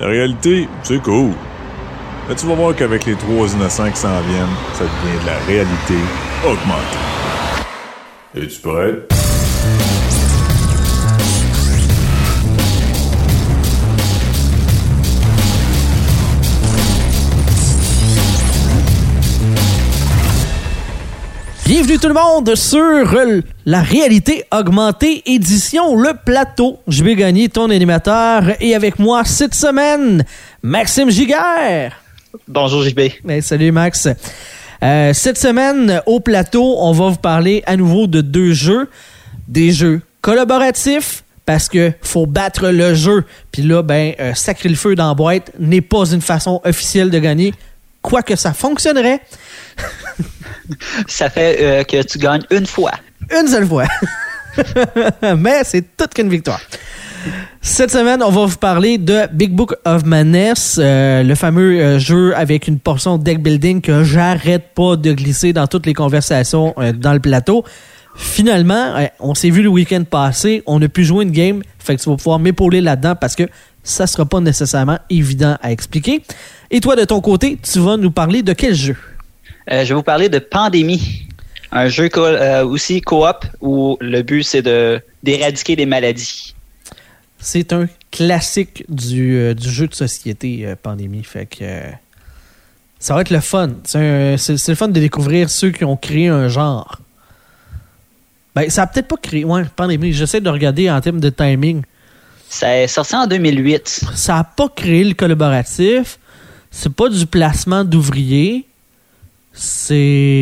La réalité, c'est cool. Mais tu vas voir qu'avec les 3 innocents qui s'en viennent, ça devient de la réalité augmentée. Es-tu prêt? Bienvenue tout le monde sur la réalité augmentée édition Le Plateau. Je vais gagner ton animateur et avec moi cette semaine, Maxime Giguère. Bonjour JB. Hey, salut Max. Cette semaine au Plateau, on va vous parler à nouveau de 2 jeux. Des jeux collaboratifs parce que faut battre le jeu. Puis là, sacrer le feu dans la boîte n'est pas une façon officielle de gagner. Quoique ça fonctionnerait. Ça fait que tu gagnes une fois. Une seule fois. Mais c'est toute qu'une victoire. Cette semaine, on va vous parler de Big Book of Madness, le fameux jeu avec une portion de deck building que j'arrête pas de glisser dans toutes les conversations dans le plateau. Finalement, on s'est vu le week-end passé, on a pu jouer une game, fait que tu vas pouvoir m'épauler là-dedans parce que ça sera pas nécessairement évident à expliquer. Et toi, de ton côté, tu vas nous parler de quel jeu? Je vais vous parler de Pandémie, un jeu aussi coop où le but c'est d'éradiquer des maladies. C'est un classique du jeu de société Pandémie, fait que ça va être le fun. C'est le fun de découvrir ceux qui ont créé un genre. Ça a peut-être pas créé, Pandémie. J'essaie de regarder en termes de timing. Ça est sorti en 2008. Ça a pas créé le collaboratif. C'est pas du placement d'ouvriers. C'est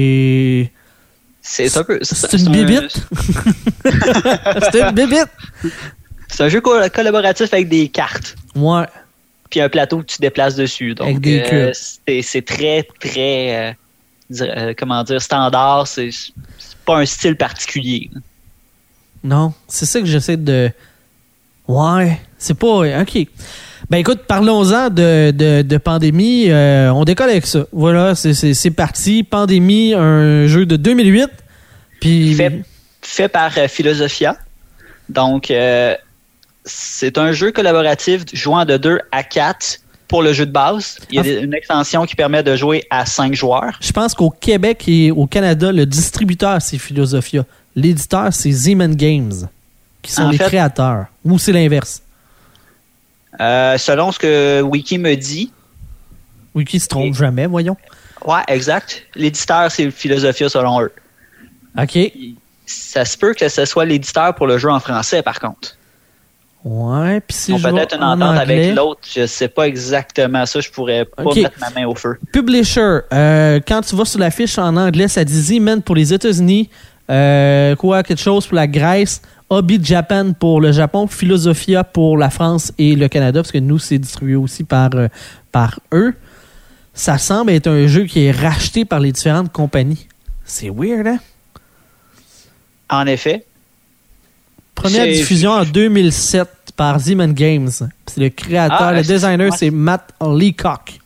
une bébite. C'est une bébite. C'est un jeu collaboratif avec des cartes. Ouais. Puis un plateau que tu déplaces dessus. Donc, avec des cubes. C'est très, très, standard. C'est pas un style particulier. Non, c'est ça que j'essaie de... Ouais, c'est pas... OK. Écoute, parlons-en de Pandémie. On décolle avec ça. Voilà, c'est parti. Pandémie, un jeu de 2008. Puis... Fait par Philosophia. Donc, c'est un jeu collaboratif jouant de 2 à 4 pour le jeu de base. Il y a une extension qui permet de jouer à 5 joueurs. Je pense qu'au Québec et au Canada, le distributeur, c'est Philosophia. L'éditeur, c'est Z-Man Games, qui sont les créateurs. Ou c'est l'inverse? Selon ce que Wiki me dit. Wiki se trompe jamais, voyons. Ouais, exact. L'éditeur, c'est Philosophia selon eux. OK. Ça se peut que ce soit l'éditeur pour le jeu en français, par contre. Ouais, puis si on peut-être une entente avec l'autre. Je sais pas exactement ça. Je pourrais pas mettre ma main au feu. Publisher. Quand tu vas sur la fiche en anglais, ça dit Z-Man pour les États-Unis. Quelque chose pour la Grèce. Hobby Japan pour le Japon, Philosophia pour la France et le Canada, parce que nous, c'est distribué aussi par eux. Ça semble être un jeu qui est racheté par les différentes compagnies. C'est weird, hein? En effet. Première diffusion en 2007 par Z-Man Games. C'est le créateur, le designer, c'est Matt Leacock.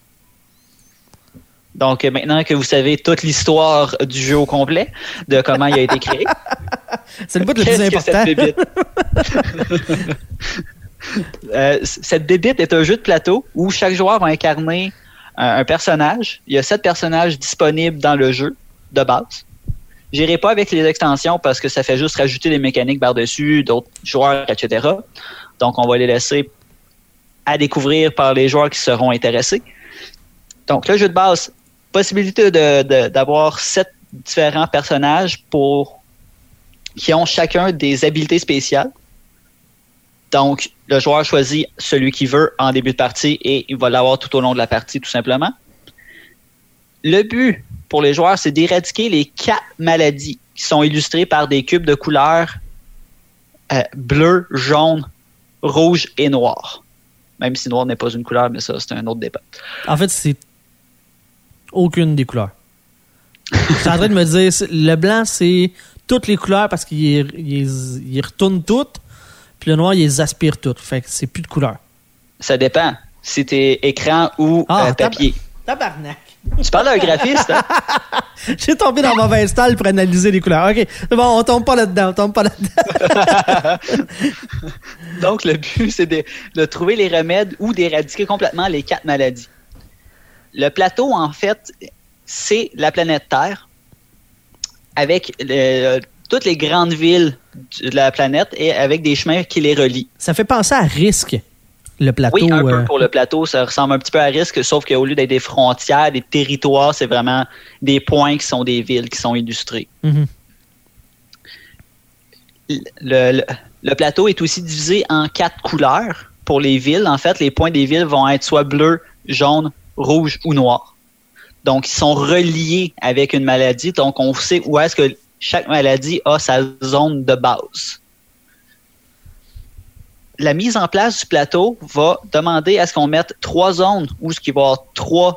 Donc, maintenant que vous savez toute l'histoire du jeu au complet, de comment il a été créé. C'est le bout le plus important. Cette bébite est un jeu de plateau où chaque joueur va incarner un personnage. Il y a 7 personnages disponibles dans le jeu de base. J'irai pas avec les extensions parce que ça fait juste rajouter des mécaniques par-dessus, d'autres joueurs, etc. Donc, on va les laisser à découvrir par les joueurs qui seront intéressés. Donc, le jeu de base, possibilité d'avoir 7 différents personnages qui ont chacun des habiletés spéciales. Donc, le joueur choisit celui qu'il veut en début de partie et il va l'avoir tout au long de la partie, tout simplement. Le but pour les joueurs, c'est d'éradiquer les 4 maladies qui sont illustrées par des cubes de couleurs bleu, jaune, rouge et noir. Même si noir n'est pas une couleur, mais ça, c'est un autre débat. En fait, c'est aucune des couleurs. Je suis en train de me dire, le blanc, c'est toutes les couleurs parce qu'il retourne toutes, puis le noir, il les aspire toutes. Fait que c'est plus de couleurs. Ça dépend. Si t'es écran ou papier. Tabarnak. Tu parles d'un graphiste, hein? J'ai tombé dans ma mauvaise stalle pour analyser les couleurs. OK, c'est bon, on tombe pas là-dedans. Donc, le but, c'est de trouver les remèdes ou d'éradiquer complètement les 4 maladies. Le plateau, en fait, c'est la planète Terre avec toutes les grandes villes de la planète et avec des chemins qui les relient. Ça fait penser à Risque, le plateau. Oui, un peu pour le plateau, ça ressemble un petit peu à Risque, sauf qu'au lieu d'être des frontières, des territoires, c'est vraiment des points qui sont des villes, qui sont illustrées. Mm-hmm. Le plateau est aussi divisé en 4 couleurs pour les villes. En fait, les points des villes vont être soit bleu, jaune, rouge ou noir. Donc, ils sont reliés avec une maladie. Donc, on sait où est-ce que chaque maladie a sa zone de base. La mise en place du plateau va demander à ce qu'on mette 3 zones où il va y avoir 3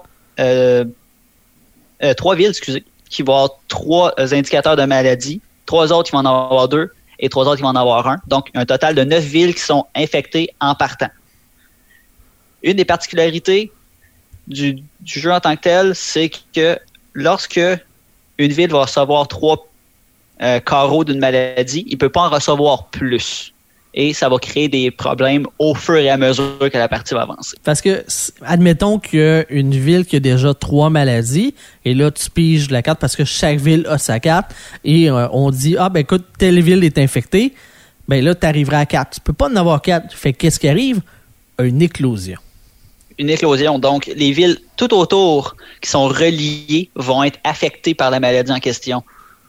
villes, qui vont avoir 3 indicateurs de maladie, 3 autres qui vont en avoir 2 et 3 autres qui vont en avoir 1. Donc, un total de 9 villes qui sont infectées en partant. Une des particularités du jeu en tant que tel, c'est que lorsque une ville va recevoir 3 carreaux d'une maladie, il ne peut pas en recevoir plus. Et ça va créer des problèmes au fur et à mesure que la partie va avancer. Parce que, admettons qu'il y a une ville qui a déjà 3 maladies, et là, tu piges la carte parce que chaque ville a sa carte, et on dit, écoute, telle ville est infectée, ben là, tu arriveras à 4. Tu peux pas en avoir 4. Fait qu'est-ce qui arrive? Une éclosion. Une éclosion. Donc, les villes tout autour qui sont reliées vont être affectées par la maladie en question.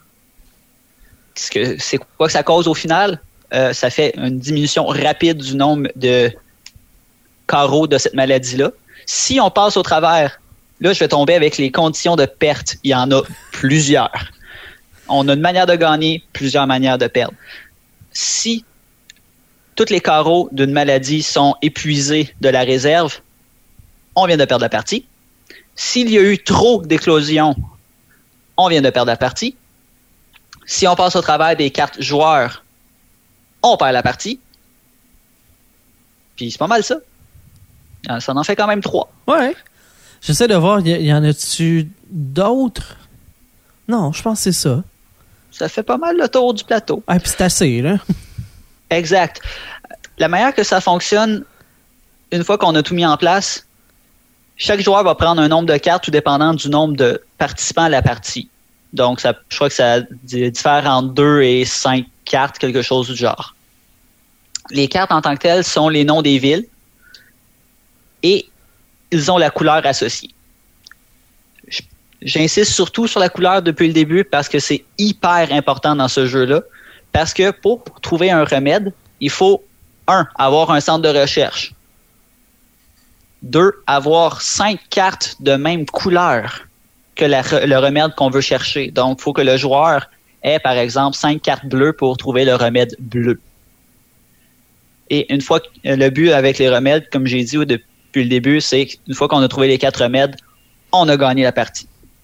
C'est quoi que ça cause au final? Ça fait une diminution rapide du nombre de carreaux de cette maladie-là. Si on passe au travers, là, je vais tomber avec les conditions de perte. Il y en a plusieurs. On a une manière de gagner, plusieurs manières de perdre. Si tous les carreaux d'une maladie sont épuisés de la réserve, on vient de perdre la partie. S'il y a eu trop d'éclosions, on vient de perdre la partie. Si on passe au travers des cartes joueurs, on perd la partie. Puis c'est pas mal ça. Ça en fait quand même 3. Ouais. J'essaie de voir, il y en a-tu d'autres? Non, je pense que c'est ça. Ça fait pas mal le tour du plateau. Ah, puis c'est assez, là. Exact. La manière que ça fonctionne, une fois qu'on a tout mis en place, chaque joueur va prendre un nombre de cartes tout dépendant du nombre de participants à la partie. Donc, je crois que ça diffère entre 2 et 5 cartes, quelque chose du genre. Les cartes en tant que telles sont les noms des villes et ils ont la couleur associée. J'insiste surtout sur la couleur depuis le début parce que c'est hyper important dans ce jeu-là. Parce que pour trouver un remède, il faut 1. Avoir un centre de recherche. 2. Avoir 5 cartes de même couleur que le remède qu'on veut chercher. Donc, il faut que le joueur ait, par exemple, 5 cartes bleues pour trouver le remède bleu. Et une fois que le but avec les remèdes, comme j'ai dit depuis le début, c'est qu'une fois qu'on a trouvé les 4 remèdes, on a gagné la partie.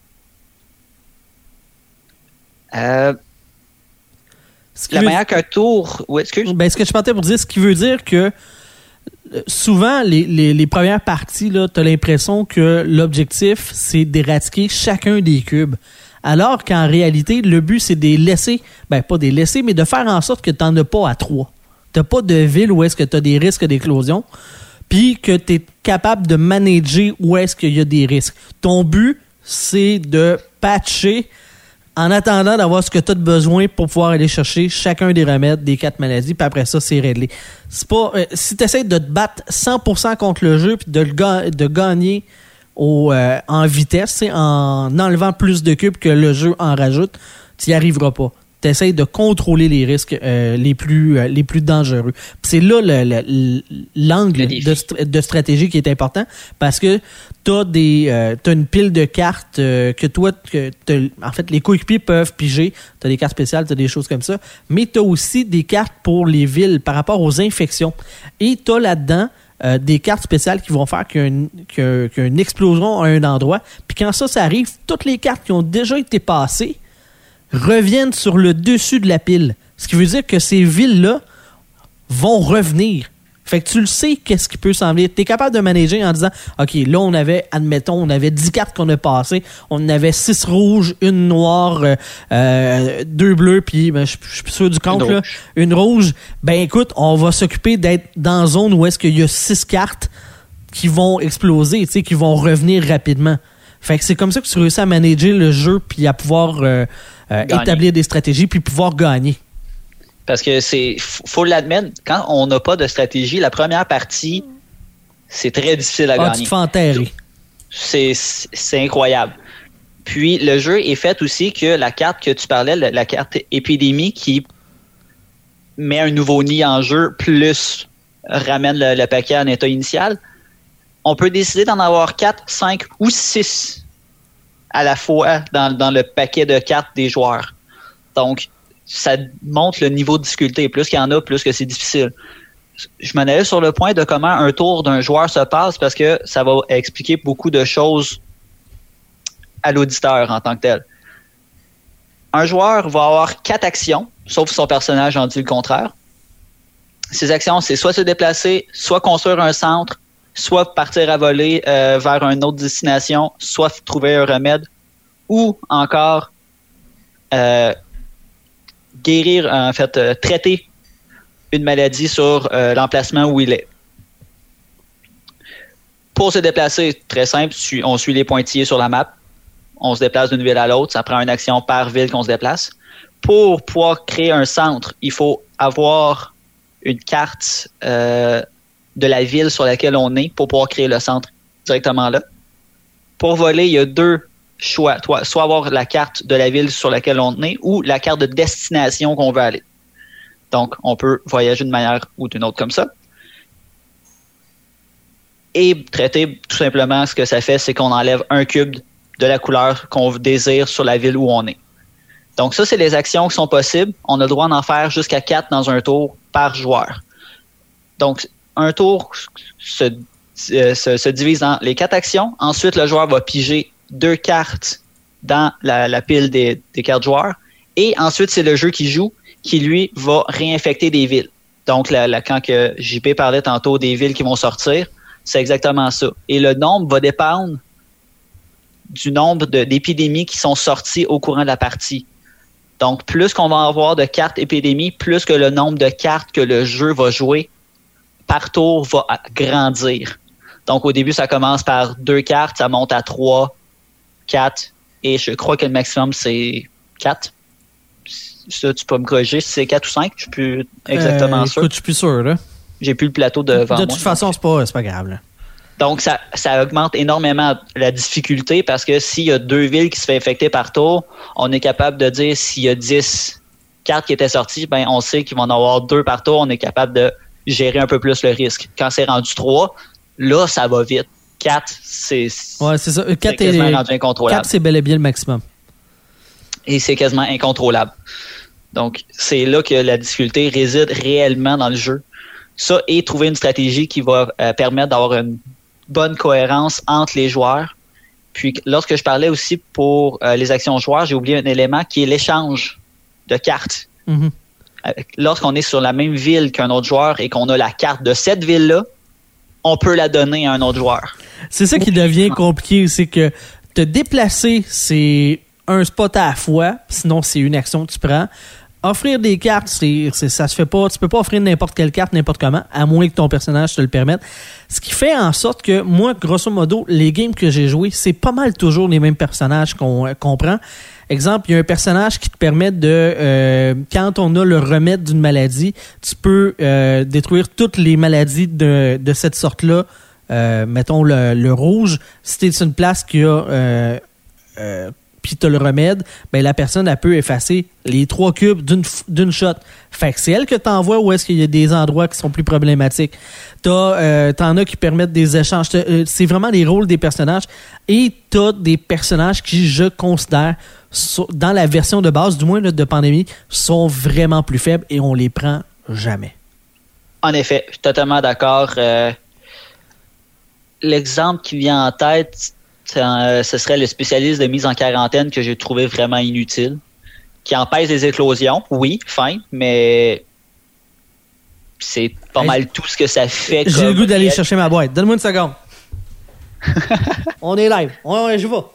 La manière qu'un tour... Oui, excuse. Ben, ce que je partais pour dire, ce qui veut dire que souvent, les premières parties, tu as l'impression que l'objectif, c'est d'éradiquer chacun des cubes. Alors qu'en réalité, le but, c'est de les laisser, pas de les laisser, mais de faire en sorte que tu n'en as pas à 3. Tu n'as pas de ville où est-ce que tu as des risques d'éclosion, puis que tu es capable de manager où est-ce qu'il y a des risques. Ton but, c'est de patcher en attendant d'avoir ce que tu as de besoin pour pouvoir aller chercher chacun des remèdes des 4 maladies, puis après ça, c'est réglé. C'est pas, si tu essaies de te battre 100% contre le jeu, puis de gagner en vitesse, en enlevant plus de cubes que le jeu en rajoute, tu n'y arriveras pas. Tu essaies de contrôler les risques les plus dangereux. Puis c'est là l'angle de stratégie qui est important, parce que t'as une pile de cartes que toi, en fait, les coéquipiers peuvent piger. T'as des cartes spéciales, t'as des choses comme ça, mais t'as aussi des cartes pour les villes par rapport aux infections. Et t'as là-dedans des cartes spéciales qui vont faire qu'il y a une explosion à un endroit. Puis quand ça arrive, toutes les cartes qui ont déjà été passées reviennent sur le dessus de la pile. Ce qui veut dire que ces villes-là vont revenir Fait que tu le sais qu'est-ce qui peut s'en venir. Tu es capable de manager en disant, OK, là, on avait 10 cartes qu'on a passées. On avait 6 rouges, une noire, 2 bleus, puis je suis plus sûr du compte, là. Une rouge. Ben écoute, on va s'occuper d'être dans la zone où est-ce qu'il y a 6 cartes qui vont exploser, tu sais, qui vont revenir rapidement. Fait que c'est comme ça que tu réussis à manager le jeu puis à pouvoir établir des stratégies puis pouvoir gagner. Parce que faut l'admettre, quand on n'a pas de stratégie, la première partie, c'est très difficile à gagner. Tu te fais enterrer. C'est incroyable. Puis le jeu est fait aussi que la carte que tu parlais, la carte épidémie qui met un nouveau nid en jeu plus ramène le paquet en état initial, on peut décider d'en avoir 4, 5 ou 6 à la fois dans le paquet de cartes des joueurs. Donc, ça montre le niveau de difficulté. Plus qu'il y en a, plus que c'est difficile. Je m'en allais sur le point de comment un tour d'un joueur se passe parce que ça va expliquer beaucoup de choses à l'auditeur en tant que tel. Un joueur va avoir 4 actions, sauf si son personnage en dit le contraire. Ces actions, c'est soit se déplacer, soit construire un centre, soit partir à voler vers une autre destination, soit trouver un remède, ou encore guérir, en fait, traiter une maladie sur l'emplacement où il est. Pour se déplacer, très simple, on suit les pointillés sur la map. On se déplace d'une ville à l'autre. Ça prend une action par ville qu'on se déplace. Pour pouvoir créer un centre, il faut avoir une carte de la ville sur laquelle on est pour pouvoir créer le centre directement là. Pour voler, il y a 2 choix. Soit avoir la carte de la ville sur laquelle on est ou la carte de destination qu'on veut aller. Donc, on peut voyager d'une manière ou d'une autre comme ça. Et traiter, tout simplement, ce que ça fait, c'est qu'on enlève un cube de la couleur qu'on désire sur la ville où on est. Donc, ça, c'est les actions qui sont possibles. On a le droit d'en faire jusqu'à 4 dans un tour par joueur. Donc, un tour se divise en les 4 actions. Ensuite, le joueur va piger 2 cartes dans la pile des cartes joueurs. Et ensuite, c'est le jeu qui joue qui, lui, va réinfecter des villes. Donc, quand que JP parlait tantôt des villes qui vont sortir, c'est exactement ça. Et le nombre va dépendre du nombre d'épidémies qui sont sorties au courant de la partie. Donc, plus qu'on va avoir de cartes épidémies, plus que le nombre de cartes que le jeu va jouer par tour va grandir. Donc, au début, ça commence par 2 cartes, ça monte à 3, 4, et je crois que le maximum, c'est 4. Ça, tu peux me corriger si c'est 4 ou 5, je suis plus exactement sûr. Écoute, je suis plus sûr, là. J'ai plus le plateau devant moi. De toute façon, c'est pas grave, là. Donc, ça augmente énormément la difficulté parce que s'il y a 2 villes qui se fait infecter par tour, on est capable de dire s'il y a 10 cartes qui étaient sorties, ben on sait qu'il va en avoir 2 par tour, on est capable de gérer un peu plus le risque. Quand c'est rendu 3, là, ça va vite. 4, c'est ça. 4 quasiment rendu incontrôlable. 4, c'est bel et bien le maximum. Et c'est quasiment incontrôlable. Donc, c'est là que la difficulté réside réellement dans le jeu. Ça, et trouver une stratégie qui va permettre d'avoir une bonne cohérence entre les joueurs. Puis, lorsque je parlais aussi pour les actions joueurs, j'ai oublié un élément qui est l'échange de cartes. Mm-hmm. Lorsqu'on est sur la même ville qu'un autre joueur et qu'on a la carte de cette ville-là, on peut la donner à un autre joueur. C'est ça qui devient compliqué, c'est que te déplacer, c'est un spot à la fois, sinon c'est une action que tu prends. Offrir des cartes, ça se fait pas. Tu peux pas offrir n'importe quelle carte, n'importe comment, à moins que ton personnage te le permette. Ce qui fait en sorte que moi, grosso modo, les games que j'ai joués, c'est pas mal toujours les mêmes personnages qu'on prend. Exemple, il y a un personnage qui te permet de, quand on a le remède d'une maladie, tu peux détruire toutes les maladies de cette sorte-là. Mettons le rouge. Si t'es sur une place qui a puis tu as le remède, ben la personne, elle peut effacer les 3 cubes d'une shot. Fait que c'est elle que tu envoies où est-ce qu'il y a des endroits qui sont plus problématiques. T'en as qui permettent des échanges. C'est vraiment les rôles des personnages. Et t'as des personnages qui, je considère, dans la version de base, du moins là, de Pandémie, sont vraiment plus faibles et on les prend jamais. En effet, je suis totalement d'accord. L'exemple qui vient en tête, ce serait le spécialiste de mise en quarantaine que j'ai trouvé vraiment inutile, qui empêche les éclosions, oui, fin, mais c'est pas mal tout ce que ça fait. J'ai le goût d'aller chercher ma boîte. Donne-moi une seconde. On est live. Je vais.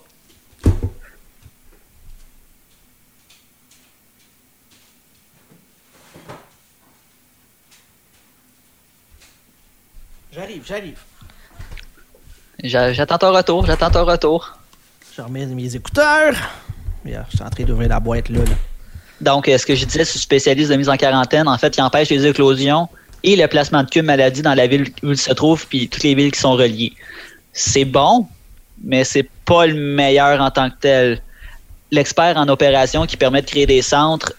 J'arrive. J'attends ton retour. Je remets mes écouteurs. Je suis en train d'ouvrir la boîte là. Donc, ce que je disais, c'est spécialiste de mise en quarantaine. En fait, il empêche les éclosions et le placement de cubes maladie dans la ville où il se trouve, puis toutes les villes qui sont reliées. C'est bon, mais c'est pas le meilleur en tant que tel. L'expert en opération qui permet de créer des centres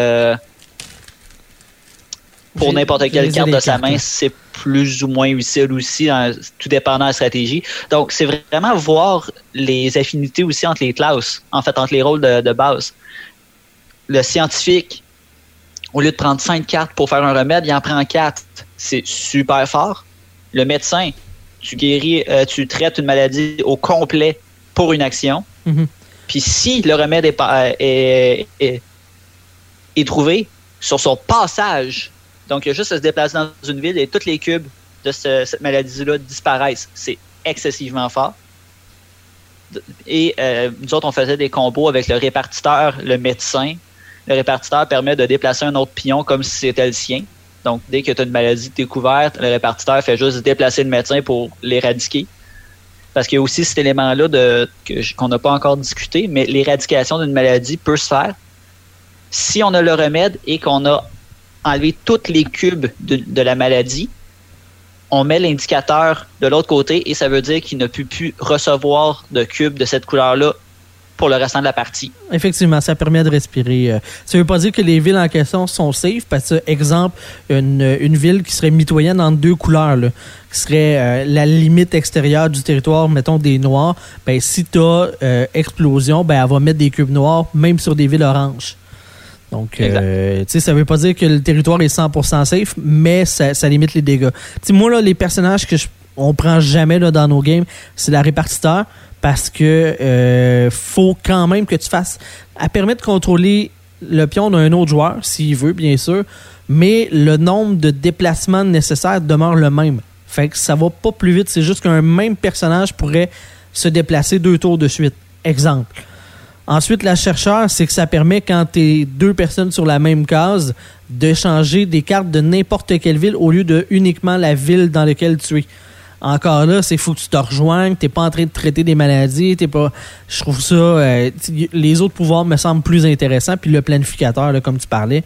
pour n'importe quelle carte de sa main, c'est plus ou moins utile aussi, tout dépendant de la stratégie. Donc, c'est vraiment voir les affinités aussi entre les classes, en fait, entre les rôles de base. Le scientifique, au lieu de prendre 5 cartes pour faire un remède, il en prend 4. C'est super fort. Le médecin, tu traites une maladie au complet pour une action. Mm-hmm. Puis si le remède est trouvé sur son passage, donc il y a juste à se déplacer dans une ville et tous les cubes de cette maladie-là disparaissent. C'est excessivement fort. Et nous autres, on faisait des combos avec le répartiteur, le médecin. Le répartiteur permet de déplacer un autre pion comme si c'était le sien. Donc, dès que tu as une maladie découverte, le répartiteur fait juste déplacer le médecin pour l'éradiquer. Parce qu'il y a aussi cet élément-là qu'on n'a pas encore discuté, mais l'éradication d'une maladie peut se faire si on a le remède et qu'on a enlevé tous les cubes de la maladie. On met l'indicateur de l'autre côté et ça veut dire qu'il ne peut plus recevoir de cubes de cette couleur-là pour le restant de la partie. Effectivement, ça permet de respirer. Ça ne veut pas dire que les villes en question sont safe, parce que, exemple, une ville qui serait mitoyenne entre 2 couleurs, là, qui serait la limite extérieure du territoire, mettons des noirs, ben si tu as explosion, ben elle va mettre des cubes noirs, même sur des villes oranges. Donc, tu sais, ça veut pas dire que le territoire est 100% safe, mais ça limite les dégâts. T'sais, moi, là, les personnages on prend jamais là, dans nos games, c'est la répartiteur, parce que faut quand même que tu fasses... Elle permet de contrôler le pion d'un autre joueur, s'il veut, bien sûr, mais le nombre de déplacements nécessaires demeure le même. Fait que ça va pas plus vite, c'est juste qu'un même personnage pourrait se déplacer 2 tours de suite. Exemple. Ensuite, la chercheur, c'est que ça permet, quand t'es 2 personnes sur la même case, d'échanger des cartes de n'importe quelle ville au lieu de uniquement la ville dans laquelle tu es. Encore là, c'est faut que tu te rejoignes, t'es pas en train de traiter des maladies, je trouve ça, les autres pouvoirs me semblent plus intéressants, puis le planificateur, là, comme tu parlais,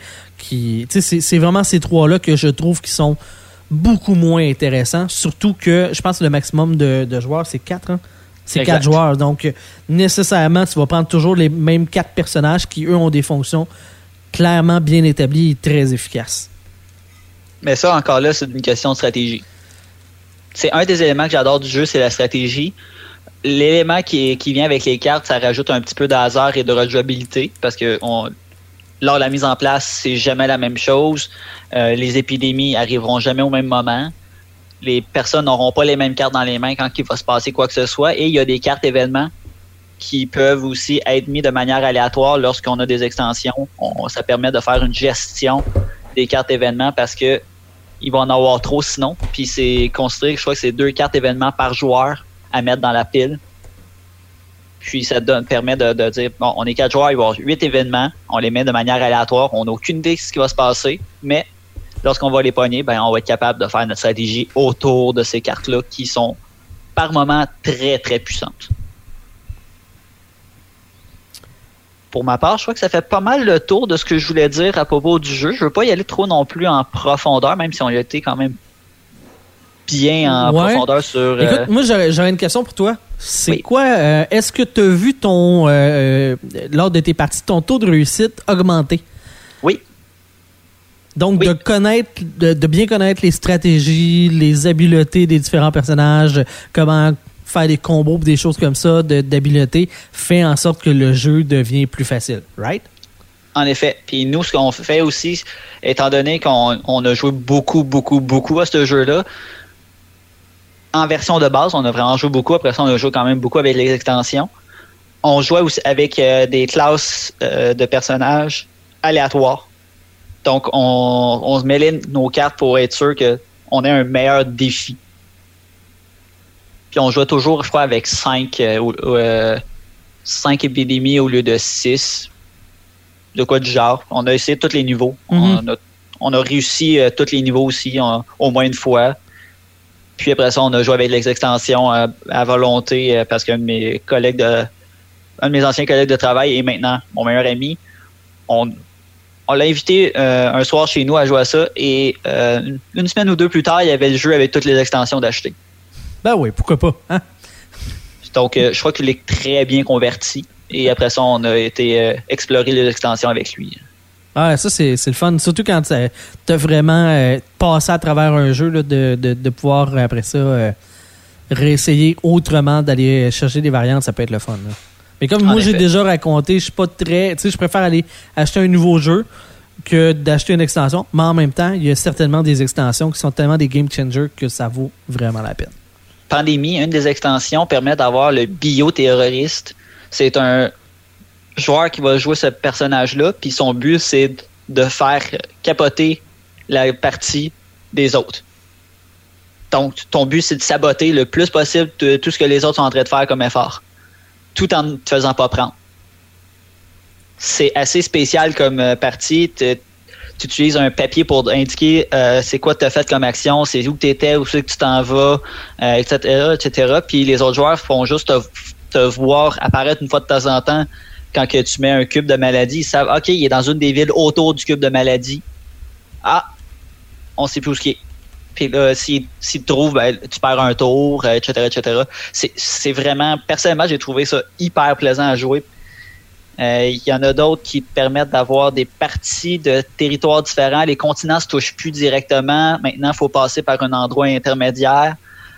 c'est vraiment ces 3-là que je trouve qui sont beaucoup moins intéressants, surtout que je pense que le maximum de joueurs, c'est 4, hein? C'est exact. 4 joueurs, donc nécessairement, tu vas prendre toujours les mêmes 4 personnages qui, eux, ont des fonctions clairement bien établies et très efficaces. Mais ça, encore là, c'est une question de stratégie. C'est un des éléments que j'adore du jeu, c'est la stratégie. L'élément qui vient avec les cartes, ça rajoute un petit peu de hasard et de rejouabilité parce que lors de la mise en place, c'est jamais la même chose. Les épidémies arriveront jamais au même moment. Les personnes n'auront pas les mêmes cartes dans les mains quand il va se passer quoi que ce soit. Et il y a des cartes événements qui peuvent aussi être mis de manière aléatoire lorsqu'on a des extensions. Ça permet de faire une gestion des cartes événements parce que il va en avoir trop sinon. Puis c'est considéré, je crois que c'est 2 cartes événements par joueur à mettre dans la pile. Puis ça permet de dire, bon, on est 4 joueurs, il va y avoir 8 événements, on les met de manière aléatoire, on n'a aucune idée de ce qui va se passer, mais lorsqu'on va les pogner, ben, on va être capable de faire notre stratégie autour de ces cartes-là qui sont par moments très, très puissantes. Pour ma part, je crois que ça fait pas mal le tour de ce que je voulais dire à propos du jeu. Je veux pas y aller trop non plus en profondeur, même si on y a été quand même bien en profondeur sur... Écoute, moi, j'aurais une question pour toi. C'est quoi... est-ce que tu as vu lors de tes parties, ton taux de réussite augmenter? Oui. Donc, de bien connaître les stratégies, les habiletés des différents personnages, comment faire des combos, des choses comme ça, d'habileté, fait en sorte que le jeu devient plus facile, right? En effet. Puis nous, ce qu'on fait aussi, étant donné qu'on a joué beaucoup, beaucoup, beaucoup à ce jeu-là, en version de base, on a vraiment joué beaucoup. Après ça, on a joué quand même beaucoup avec les extensions. On jouait aussi avec des classes de personnages aléatoires. Donc, on se mêlait nos cartes pour être sûr qu'on ait un meilleur défi. Puis on jouait toujours, je crois, avec 5 épidémies au lieu de 6. De quoi du genre. On a essayé tous les niveaux. Mm-hmm. On a réussi tous les niveaux aussi, au moins une fois. Puis après ça, on a joué avec les extensions à volonté parce qu'un de mes anciens collègues de travail est maintenant mon meilleur ami. On l'a invité un soir chez nous à jouer à ça et une semaine ou deux plus tard, il y avait le jeu avec toutes les extensions d'acheter. Ben oui, pourquoi pas, hein? Donc, je crois qu'il est très bien converti. Et après ça, on a été explorer les extensions avec lui. Ah, ça, c'est le fun. Surtout quand t'as vraiment passé à travers un jeu, là, de pouvoir, après ça, réessayer autrement, d'aller chercher des variantes, ça peut être le fun. Là. Mais comme moi, j'ai déjà raconté, je suis pas très... Tu sais, je préfère aller acheter un nouveau jeu que d'acheter une extension. Mais en même temps, il y a certainement des extensions qui sont tellement des game changers que ça vaut vraiment la peine. Pandémie, une des extensions permet d'avoir le bioterroriste. C'est un joueur qui va jouer ce personnage-là, puis son but, c'est de faire capoter la partie des autres. Donc, ton but, c'est de saboter le plus possible tout ce que les autres sont en train de faire comme effort, tout en ne te faisant pas prendre. C'est assez spécial comme partie. Tu utilises un papier pour indiquer c'est quoi que tu as fait comme action, c'est où que tu étais, où c'est que tu t'en vas, etc., etc. Puis les autres joueurs font juste te voir apparaître une fois de temps en temps quand que tu mets un cube de maladie. Ils savent, OK, il est dans une des villes autour du cube de maladie. Ah, on sait plus où il est. Puis là, s'il te trouve, ben, tu perds un tour, etc., etc. C'est vraiment... Personnellement, j'ai trouvé ça hyper plaisant à jouer. Il y en a d'autres qui permettent d'avoir des parties de territoires différents. Les continents se touchent plus directement. Maintenant, il faut passer par un endroit intermédiaire.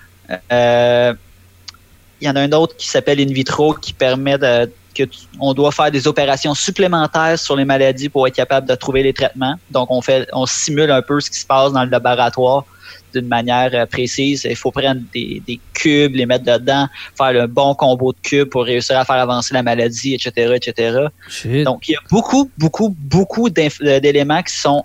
Il y en a un autre qui s'appelle In Vitro qui permet on doit faire des opérations supplémentaires sur les maladies pour être capable de trouver les traitements. Donc, on simule un peu ce qui se passe dans le laboratoire d'une manière précise. Il faut prendre des cubes, les mettre dedans, faire le bon combo de cubes pour réussir à faire avancer la maladie, etc., etc. Shit. Donc, il y a beaucoup d'éléments qui sont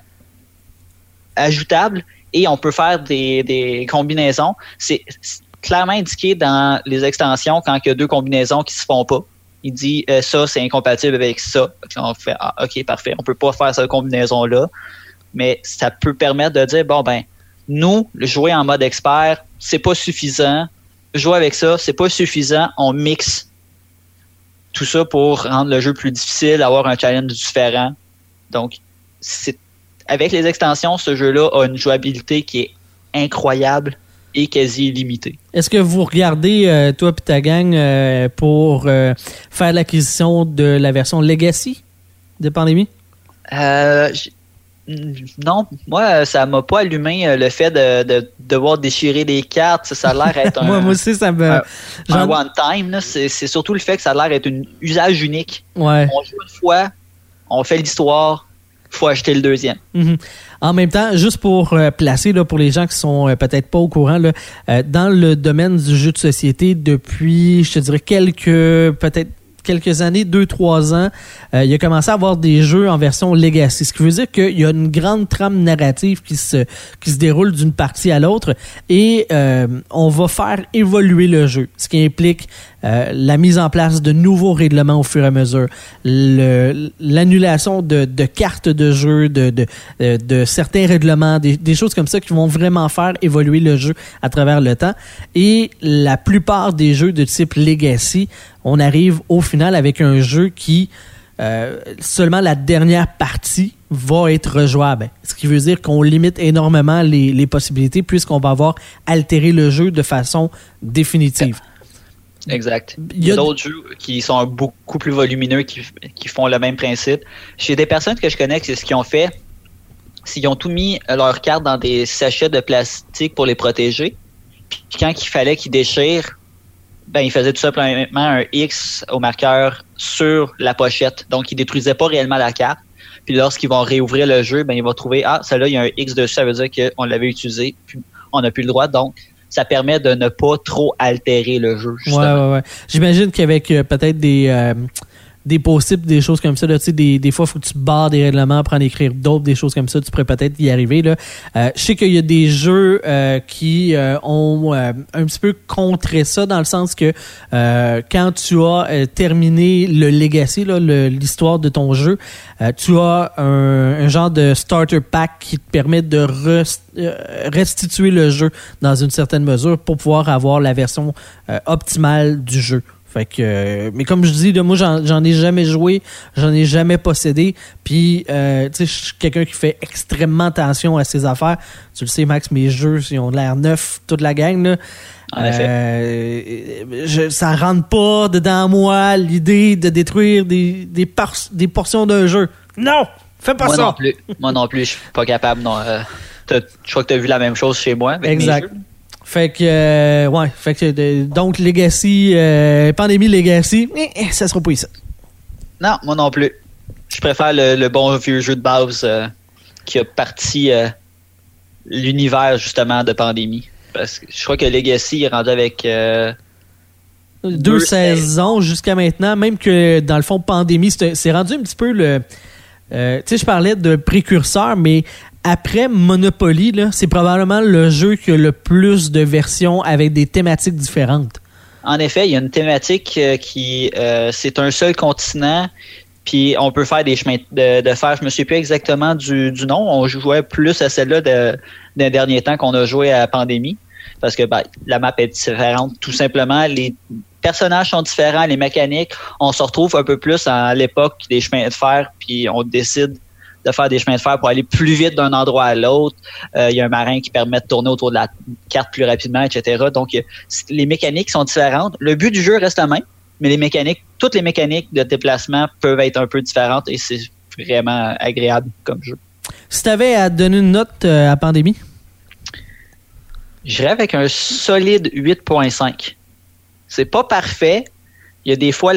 ajoutables et on peut faire des combinaisons. C'est clairement indiqué dans les extensions quand il y a deux combinaisons qui se font pas. Il dit ça, c'est incompatible avec ça. On fait OK, parfait. On peut pas faire cette combinaison-là. Mais ça peut permettre de dire bon ben, nous, jouer en mode expert, c'est pas suffisant. Jouer avec ça, c'est pas suffisant. On mixe tout ça pour rendre le jeu plus difficile, avoir un challenge différent. Donc, avec les extensions, ce jeu-là a une jouabilité qui est incroyable et quasi illimitée. Est-ce que vous regardez, toi et ta gang, pour faire l'acquisition de la version Legacy de Pandémie? Non, moi, ça m'a pas allumé le fait de devoir déchirer des cartes. Ça a l'air être moi aussi, ça me... un one-time. Là. C'est surtout le fait que ça a l'air être un usage unique. Ouais. On joue une fois, on fait l'histoire, il faut acheter le deuxième. Mm-hmm. En même temps, juste pour placer, là, pour les gens qui sont peut-être pas au courant, là, dans le domaine du jeu de société, depuis, je te dirais, quelques années, 2-3 ans, il a commencé à avoir des jeux en version Legacy. Ce qui veut dire qu'il y a une grande trame narrative qui se déroule d'une partie à l'autre et on va faire évoluer le jeu. Ce qui implique la mise en place de nouveaux règlements au fur et à mesure, l'annulation de cartes de jeu, de certains règlements, des choses comme ça qui vont vraiment faire évoluer le jeu à travers le temps. Et la plupart des jeux de type Legacy, on arrive au final avec un jeu qui, seulement la dernière partie va être rejouable. Ce qui veut dire qu'on limite énormément les possibilités puisqu'on va avoir altéré le jeu de façon définitive. Exact. Il y a d'autres jeux qui sont beaucoup plus volumineux qui font le même principe. J'ai des personnes que je connais qui, ce qu'ils ont fait, c'est qu'ils ont tout mis leurs cartes dans des sachets de plastique pour les protéger. Puis quand il fallait qu'ils déchirent, ben ils faisaient tout simplement un X au marqueur sur la pochette. Donc, ils détruisaient pas réellement la carte. Puis lorsqu'ils vont réouvrir le jeu, ben ils vont trouver celle-là, il y a un X dessus, ça veut dire qu'on l'avait utilisé, puis on n'a plus le droit. Donc, ça permet de ne pas trop altérer le jeu, justement. Ouais. J'imagine qu'avec peut-être des post-it, des choses comme ça. Là, des fois, il faut que tu barres des règlements pour en écrire d'autres, des choses comme ça. Tu pourrais peut-être y arriver. Là. Je sais qu'il y a des jeux qui ont un petit peu contré ça, dans le sens que quand tu as terminé le legacy, là, l'histoire de ton jeu, tu as un genre de starter pack qui te permet de restituer le jeu dans une certaine mesure pour pouvoir avoir la version optimale du jeu. Fait que, mais comme je dis, là, moi, j'en ai jamais joué, j'en ai jamais possédé. Puis, tu sais, je suis quelqu'un qui fait extrêmement attention à ses affaires. Tu le sais, Max, mes jeux, ils ont l'air neufs, toute la gang, là. En effet. Ça rentre pas dedans moi l'idée de détruire des portions d'un jeu. Non! Fais pas ça! Moi non plus, je suis pas capable. Non, je crois que tu as vu la même chose chez moi avec exact. Mes jeux. Fait que, donc, Legacy, Pandémie Legacy, ça sera pas ici. Non, moi non plus. Je préfère le bon vieux jeu de base qui a parti l'univers, justement, de Pandémie. Parce que je crois que Legacy est rendu avec... deux saisons jusqu'à maintenant. Même que, dans le fond, Pandémie, c'est rendu un petit peu le... tu sais, je parlais de précurseur, mais... Après Monopoly, là, c'est probablement le jeu qui a le plus de versions avec des thématiques différentes. En effet, il y a une thématique qui... c'est un seul continent, puis on peut faire des chemins de fer. Je me souviens plus exactement du nom. On jouait plus à celle-là d'un dernier temps qu'on a joué à Pandémie, parce que la map est différente. Tout simplement, les personnages sont différents, les mécaniques. On se retrouve un peu plus à l'époque des chemins de fer, puis on décide de faire des chemins de fer pour aller plus vite d'un endroit à l'autre. Il y a un marin qui permet de tourner autour de la carte plus rapidement, etc. Donc, les mécaniques sont différentes. Le but du jeu reste le même, mais toutes les mécaniques de déplacement peuvent être un peu différentes et c'est vraiment agréable comme jeu. Si tu avais à donner une note à Pandémie? J'irais avec un solide 8.5. C'est pas parfait. Il y a des fois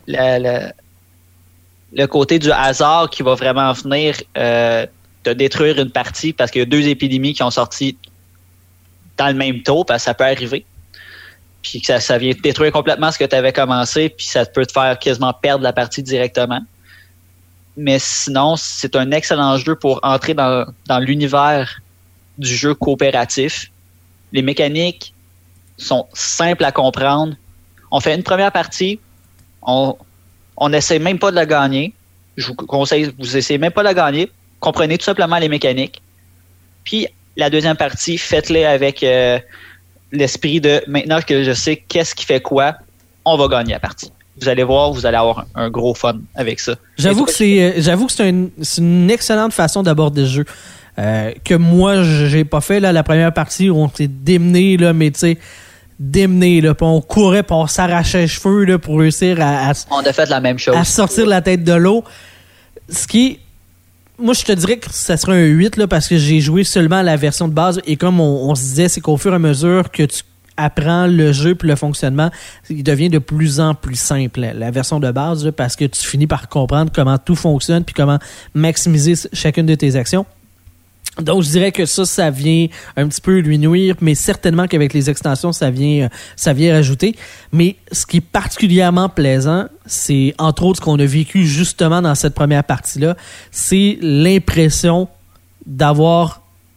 le côté du hasard qui va vraiment venir te détruire une partie parce qu'il y a 2 épidémies qui ont sorti dans le même taux, parce que ça peut arriver. Puis que ça vient détruire complètement ce que tu avais commencé, puis ça peut te faire quasiment perdre la partie directement. Mais sinon, c'est un excellent jeu pour entrer dans l'univers du jeu coopératif. Les mécaniques sont simples à comprendre. On fait une première partie, on n'essaie même pas de la gagner. Je vous conseille, vous essayez même pas de la gagner. Comprenez tout simplement les mécaniques. Puis, la deuxième partie, faites-les avec l'esprit de maintenant que je sais qu'est-ce qui fait quoi, on va gagner la partie. Vous allez voir, vous allez avoir un gros fun avec ça. J'avoue que c'est une excellente façon d'aborder le jeu. Que moi, j'ai pas fait la première partie où on s'est démené, là, mais tu sais, là, puis on courait, puis on s'arrachait les cheveux là, pour réussir on a fait la même chose. À sortir la tête de l'eau. Ce qui, moi, je te dirais que ça serait un 8 là, parce que j'ai joué seulement la version de base et comme on se disait, c'est qu'au fur et à mesure que tu apprends le jeu puis le fonctionnement, il devient de plus en plus simple, la version de base, là, parce que tu finis par comprendre comment tout fonctionne puis comment maximiser chacune de tes actions. Donc, je dirais que ça vient un petit peu lui nuire, mais certainement qu'avec les extensions, ça vient rajouter. Mais ce qui est particulièrement plaisant, c'est entre autres ce qu'on a vécu justement dans cette première partie-là, c'est l'impression d'avoir...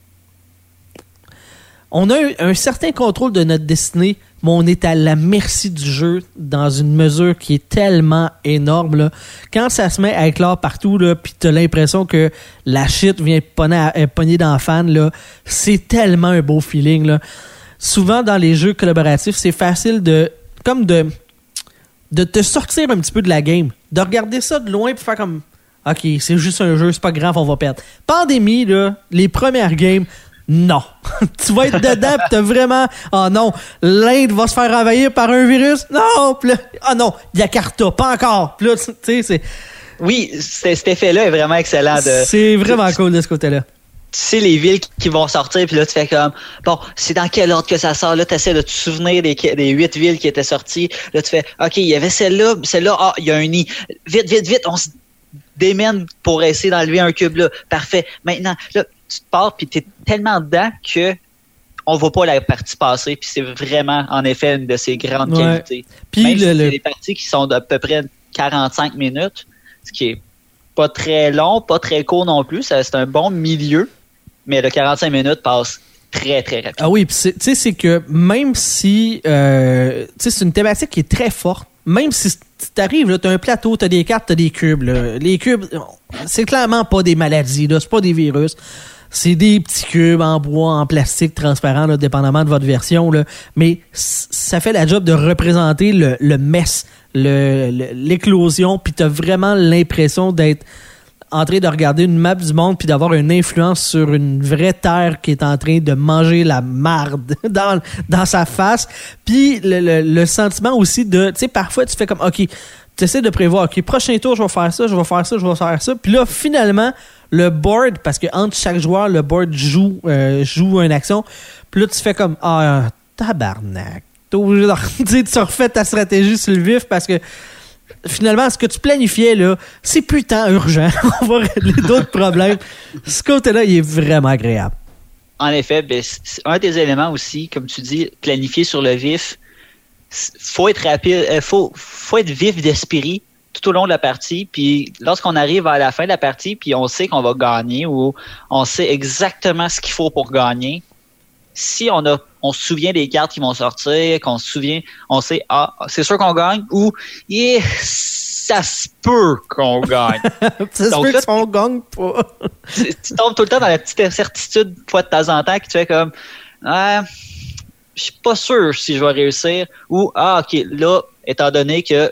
On a un certain contrôle de notre destinée, mais on est à la merci du jeu dans une mesure qui est tellement énorme. Là. Quand ça se met à éclore partout, puis tu as l'impression que la shit vient pogner dans la fan, là, c'est tellement un beau feeling. Là. Souvent, dans les jeux collaboratifs, c'est facile de te sortir un petit peu de la game, de regarder ça de loin et faire comme « OK, c'est juste un jeu, c'est pas grave, on va perdre. » Pandémie, là, les premières games... Non. Tu vas être dedans pis t'as vraiment... Oh non, l'Inde va se faire envahir par un virus. Non! Pis là, oh non, Yakarta, pas encore. Pis là, tu sais, c'est... Oui, cet effet-là est vraiment excellent. C'est vraiment cool de ce côté-là. Tu sais, les villes qui vont sortir, puis là, tu fais comme... Bon, c'est dans quel ordre que ça sort? Là, tu essaies de te souvenir des 8 villes qui étaient sorties. Là, tu fais... OK, il y avait celle-là, ah, il y a un nid. Vite, on se démène pour essayer d'enlever un cube, là. Parfait. Maintenant, là... Tu te pars puis t'es tellement dedans que on voit pas la partie passer puis c'est vraiment en effet une de ses grandes qualités. Puis même si c'est des parties qui sont d'à peu près 45 minutes, ce qui est pas très long, pas très court non plus. C'est un bon milieu, mais le 45 minutes passe très, très rapide. Ah oui, puis tu sais, c'est que même si c'est une thématique qui est très forte, même si t'arrives, t'as un plateau, t'as des cartes, t'as des cubes. Là. Les cubes, c'est clairement pas des maladies, là, c'est pas des virus. C'est des petits cubes en bois, en plastique transparent, là, dépendamment de votre version. Là. Mais ça fait la job de représenter le mess, l'éclosion, puis t'as vraiment l'impression d'être en train de regarder une map du monde puis d'avoir une influence sur une vraie terre qui est en train de manger la marde dans sa face. Puis le sentiment aussi de, tu sais, parfois tu fais comme, OK, tu essaies de prévoir, OK, prochain tour, je vais faire ça, je vais faire ça, je vais faire ça. Puis là, finalement, le board, parce que entre chaque joueur, le board joue une action. Puis là, tu fais comme, tabarnak. T'es obligé de tu refais ta stratégie sur le vif parce que finalement, ce que tu planifiais, là, c'est plus tant urgent. On va régler d'autres problèmes. Ce côté-là, il est vraiment agréable. En effet, c'est un des éléments aussi, comme tu dis, planifier sur le vif. Faut être rapide, faut être vif d'esprit tout au long de la partie. Puis lorsqu'on arrive à la fin de la partie, puis on sait qu'on va gagner ou on sait exactement ce qu'il faut pour gagner. Si on se souvient des cartes qui vont sortir, on sait, c'est sûr qu'on gagne ou ça se peut qu'on gagne. Ça se peut qu'on gagne pas. Tu tombes tout le temps dans la petite incertitude, fois de temps en temps, que tu fais comme, je suis pas sûr si je vais réussir ou, OK, là, étant donné que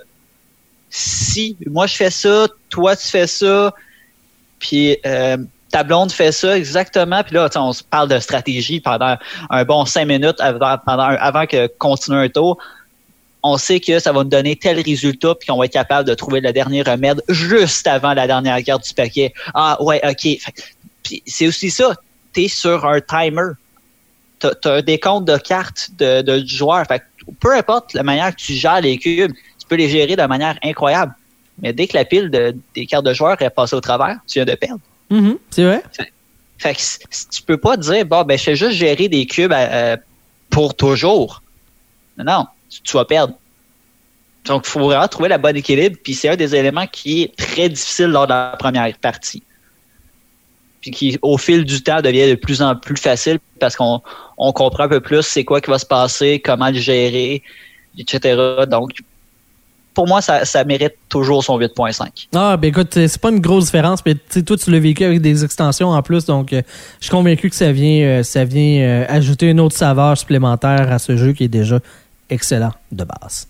si moi je fais ça, toi tu fais ça, puis ta blonde fait ça exactement, puis là, on se parle de stratégie pendant un bon 5 minutes avant que continue un tour. On sait que ça va nous donner tel résultat, puis qu'on va être capable de trouver le dernier remède juste avant la dernière carte du paquet. Ah ouais, OK. Puis c'est aussi ça, t'es sur un timer. T'as un décompte de cartes du joueur. Fait que peu importe la manière que tu gères les cubes, tu peux les gérer de manière incroyable. Mais dès que la pile des cartes de joueurs est passée au travers, tu viens de perdre. Mm-hmm, c'est vrai. Fait que tu peux pas dire, je fais juste gérer des cubes pour toujours. Non, tu vas perdre. Donc, il faut vraiment trouver le bon équilibre, puis c'est un des éléments qui est très difficile lors de la première partie. Puis qui, au fil du temps, devient de plus en plus facile parce qu'on comprend un peu plus c'est quoi qui va se passer, comment le gérer, etc. Donc, pour moi, ça mérite toujours son 8.5. Ah, ben écoute, c'est pas une grosse différence, mais toi, tu l'as vécu avec des extensions en plus, donc je suis convaincu que ça vient ajouter une autre saveur supplémentaire à ce jeu qui est déjà excellent de base.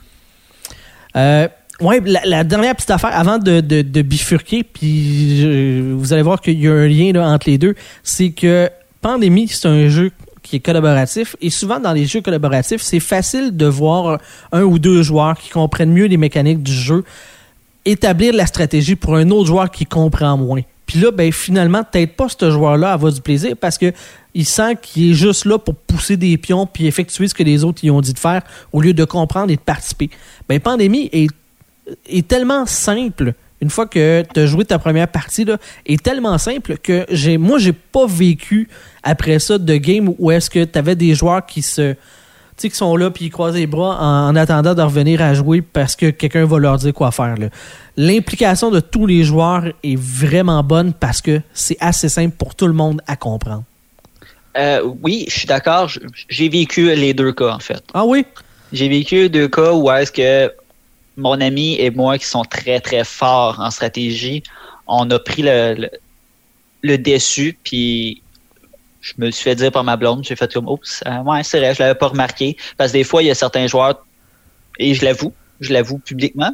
La dernière petite affaire, avant de bifurquer, puis vous allez voir qu'il y a un lien là, entre les deux, c'est que Pandémie, c'est un jeu qui est collaboratif, et souvent dans les jeux collaboratifs, c'est facile de voir un ou deux joueurs qui comprennent mieux les mécaniques du jeu établir la stratégie pour un autre joueur qui comprend moins. Puis là, finalement, peut-être pas ce joueur-là à avoir du plaisir parce que il sent qu'il est juste là pour pousser des pions puis effectuer ce que les autres y ont dit de faire au lieu de comprendre et de participer. Pandémie est tellement simple. Une fois que tu as joué ta première partie, là, est tellement simple que j'ai pas vécu après ça de game où est-ce que tu avais des joueurs qui sont là puis ils croisent les bras en attendant de revenir à jouer parce que quelqu'un va leur dire quoi faire. Là. L'implication de tous les joueurs est vraiment bonne parce que c'est assez simple pour tout le monde à comprendre. Oui, je suis d'accord. J'ai vécu les deux cas, en fait. Ah oui? J'ai vécu 2 cas où est-ce que mon ami et moi, qui sont très, très forts en stratégie, on a pris le dessus, puis je me suis fait dire par ma blonde, j'ai fait comme, oups, ouais, c'est vrai, je l'avais pas remarqué. Parce que des fois, il y a certains joueurs, et je l'avoue publiquement,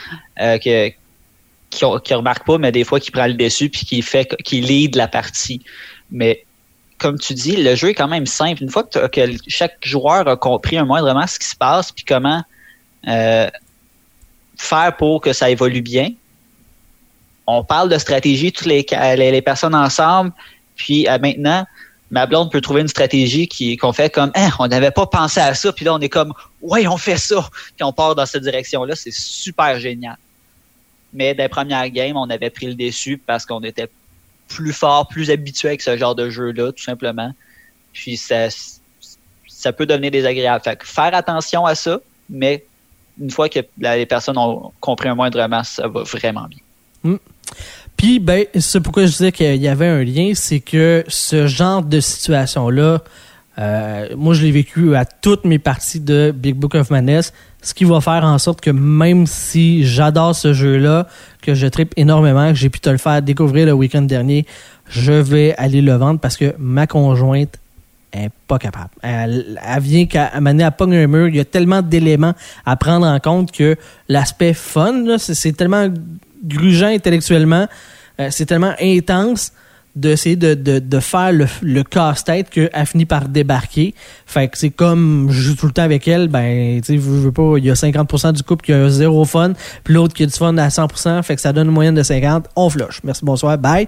qui remarquent pas, mais des fois, qui prend le dessus, puis qui lead la partie. Mais, comme tu dis, le jeu est quand même simple. Une fois que chaque joueur a compris moindrement ce qui se passe, puis comment faire pour que ça évolue bien, on parle de stratégie, toutes les personnes ensemble, puis maintenant, ma blonde peut trouver une stratégie qu'on fait comme on n'avait pas pensé à ça, puis là on est comme ouais, on fait ça, puis on part dans cette direction-là, c'est super génial. Mais dans les premières games, on avait pris le dessus parce qu'on était plus fort, plus habitué avec ce genre de jeu-là, tout simplement. Puis ça peut devenir désagréable. Fait que faire attention à ça, mais une fois que les personnes ont compris un moindrement, ça va vraiment bien. Puis, ben, c'est pourquoi je disais qu'il y avait un lien, c'est que ce genre de situation-là, moi, je l'ai vécu à toutes mes parties de Big Book of Madness, ce qui va faire en sorte que même si j'adore ce jeu-là, que je trippe énormément, que j'ai pu te le faire découvrir le week-end dernier, je vais aller le vendre parce que ma conjointe est pas capable. Elle vient qu'à m'amener à pogner un mur. Il y a tellement d'éléments à prendre en compte que l'aspect fun, là, c'est tellement grugeant intellectuellement, c'est tellement intense d'essayer de faire le casse-tête qu'elle finit par débarquer. Fait que c'est comme je joue tout le temps avec elle, ben tu sais, je veux pas, il y a 50% du couple qui a zéro fun, puis l'autre qui a du fun à 100%, fait que ça donne une moyenne de 50, on flush. Merci, bonsoir, bye.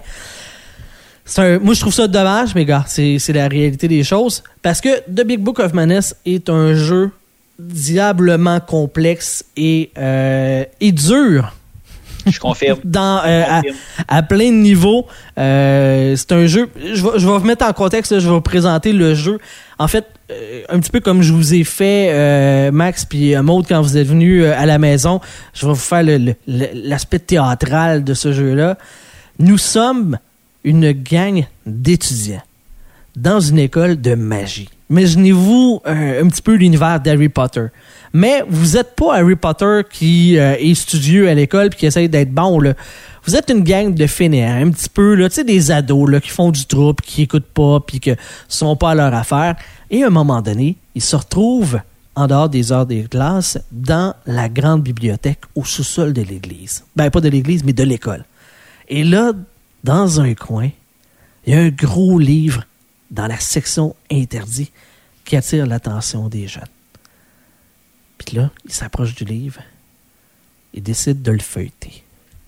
Moi, je trouve ça dommage, mais gars, c'est la réalité des choses. Parce que The Big Book of Madness est un jeu diablement complexe et dur. Je confirme. À plein de niveaux. C'est un jeu... Je vais vous mettre en contexte, là, je vais vous présenter le jeu. En fait, un petit peu comme je vous ai fait, Max puis Maud, quand vous êtes venus à la maison, je vais vous faire l'aspect théâtral de ce jeu-là. Nous sommes une gang d'étudiants dans une école de magie. Imaginez-vous un petit peu l'univers d'Harry Potter. Mais vous n'êtes pas Harry Potter qui est studieux à l'école et qui essaye d'être bon, là. Vous êtes une gang de fainéants, un petit peu, là, tu sais, des ados là, qui font du trouble, qui écoutent pas puis qui sont pas à leur affaire. Et à un moment donné, ils se retrouvent en dehors des heures des classes dans la grande bibliothèque au sous-sol de l'église. Ben, pas de l'église, mais de l'école. Et là, dans un coin, il y a un gros livre dans la section interdit qui attire l'attention des jeunes. Puis là, il s'approche du livre et décide de le feuilleter.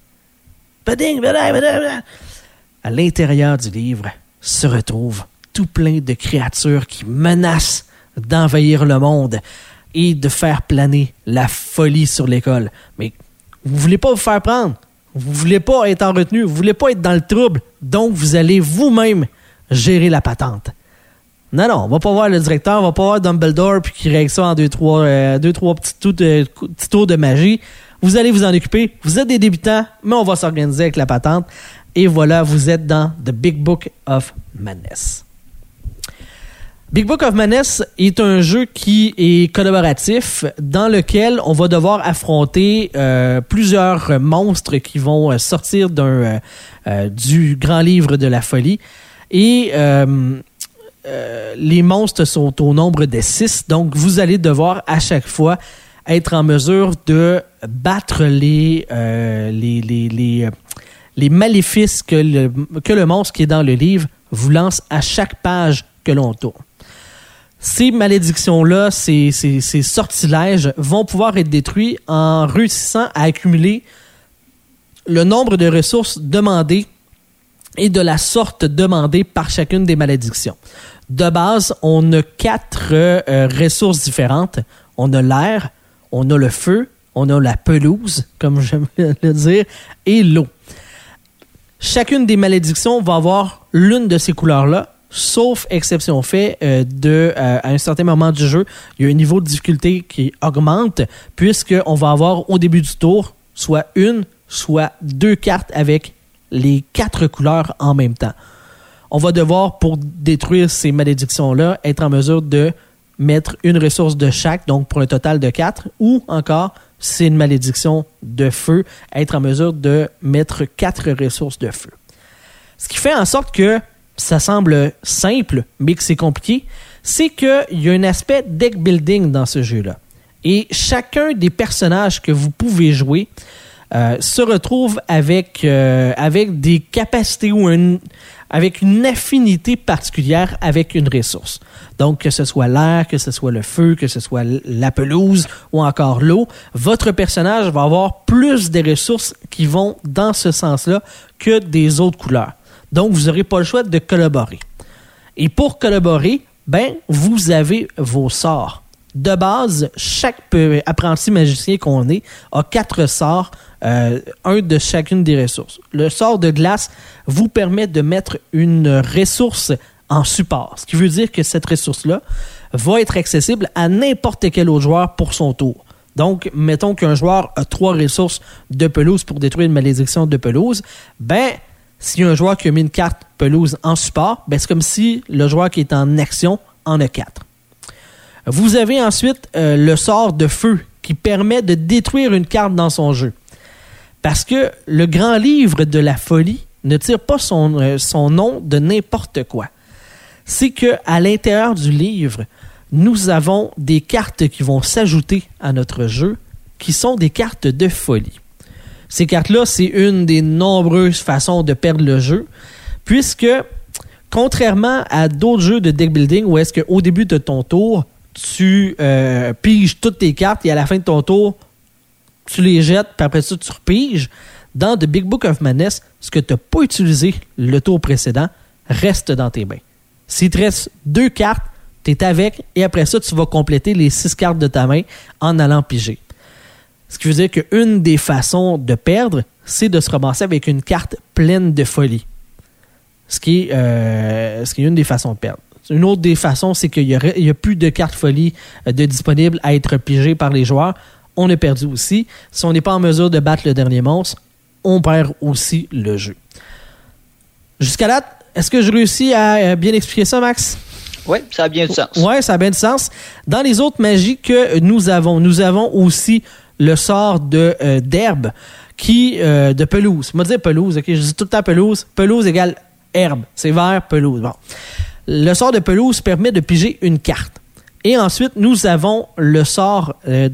À l'intérieur du livre se retrouve tout plein de créatures qui menacent d'envahir le monde et de faire planer la folie sur l'école. Mais vous voulez pas vous faire prendre. Vous voulez pas être en retenue. Vous voulez pas être dans le trouble. Donc, vous allez vous-même gérer la patente. Non, on va pas voir le directeur, on va pas voir Dumbledore puis qui règle ça en deux, trois petits tours de magie. Vous allez vous en occuper. Vous êtes des débutants, mais on va s'organiser avec la patente. Et voilà, vous êtes dans The Big Book of Madness. Big Book of Madness est un jeu qui est collaboratif dans lequel on va devoir affronter plusieurs monstres qui vont sortir du grand livre de la folie. Et les monstres sont au nombre de 6, donc vous allez devoir à chaque fois être en mesure de battre les maléfices que le monstre qui est dans le livre vous lance à chaque page que l'on tourne. Ces malédictions-là, ces sortilèges vont pouvoir être détruits en réussissant à accumuler le nombre de ressources demandées et de la sorte demandée par chacune des malédictions. De base, on a 4 ressources différentes. On a l'air, on a le feu, on a la pelouse, comme j'aime le dire, et l'eau. Chacune des malédictions va avoir l'une de ces couleurs-là, sauf exception fait à un certain moment du jeu, il y a un niveau de difficulté qui augmente, puisqu'on va avoir au début du tour soit 1, soit 2 cartes avec les 4 couleurs en même temps. On va devoir, pour détruire ces malédictions-là, être en mesure de mettre une ressource de chaque, donc pour un total de 4, ou encore, si c'est une malédiction de feu, être en mesure de mettre 4 ressources de feu. Ce qui fait en sorte que ça semble simple, mais que c'est compliqué, c'est qu'il y a un aspect deck building dans ce jeu-là. Et chacun des personnages que vous pouvez jouer se retrouve avec des capacités ou avec une affinité particulière avec une ressource. Donc, que ce soit l'air, que ce soit le feu, que ce soit la pelouse ou encore l'eau, votre personnage va avoir plus de ressources qui vont dans ce sens-là que des autres couleurs. Donc, vous n'aurez pas le choix de collaborer. Et pour collaborer, vous avez vos sorts. De base, chaque apprenti magicien qu'on est a 4 sorts, un de chacune des ressources. Le sort de glace vous permet de mettre une ressource en support, ce qui veut dire que cette ressource-là va être accessible à n'importe quel autre joueur pour son tour. Donc, mettons qu'un joueur a 3 ressources de pelouse pour détruire une malédiction de pelouse. Ben, s'il y a un joueur qui a mis une carte pelouse en support, ben c'est comme si le joueur qui est en action en a 4. Vous avez ensuite le sort de feu qui permet de détruire une carte dans son jeu. Parce que le grand livre de la folie ne tire pas son nom de n'importe quoi. C'est qu'à l'intérieur du livre, nous avons des cartes qui vont s'ajouter à notre jeu, qui sont des cartes de folie. Ces cartes-là, c'est une des nombreuses façons de perdre le jeu, puisque, contrairement à d'autres jeux de deck building, où est-ce qu'au début de ton tour, tu piges toutes tes cartes et à la fin de ton tour, tu les jettes, puis après ça, tu repiges. Dans The Big Book of Madness, ce que tu n'as pas utilisé le tour précédent reste dans tes mains. S'il te reste 2 cartes, tu es avec, et après ça, tu vas compléter les 6 cartes de ta main en allant piger. Ce qui veut dire qu'une des façons de perdre, c'est de se ramasser avec une carte pleine de folie. Ce qui est une des façons de perdre. Une autre des façons, c'est qu'il n'y a plus de cartes folie de disponibles à être pigées par les joueurs. On a perdu aussi. Si on n'est pas en mesure de battre le dernier monstre, on perd aussi le jeu. Jusqu'à là, est-ce que je réussis à bien expliquer ça, Max? Oui, ça a bien du sens. Oui, ça a bien du sens. Dans les autres magies que nous avons aussi le sort d'herbe de pelouse. Je vais dire pelouse, ok? Je dis tout le temps pelouse. Pelouse égale herbe. C'est vert, pelouse. Bon. Le sort de pelouse permet de piger une carte. Et ensuite, nous avons le sort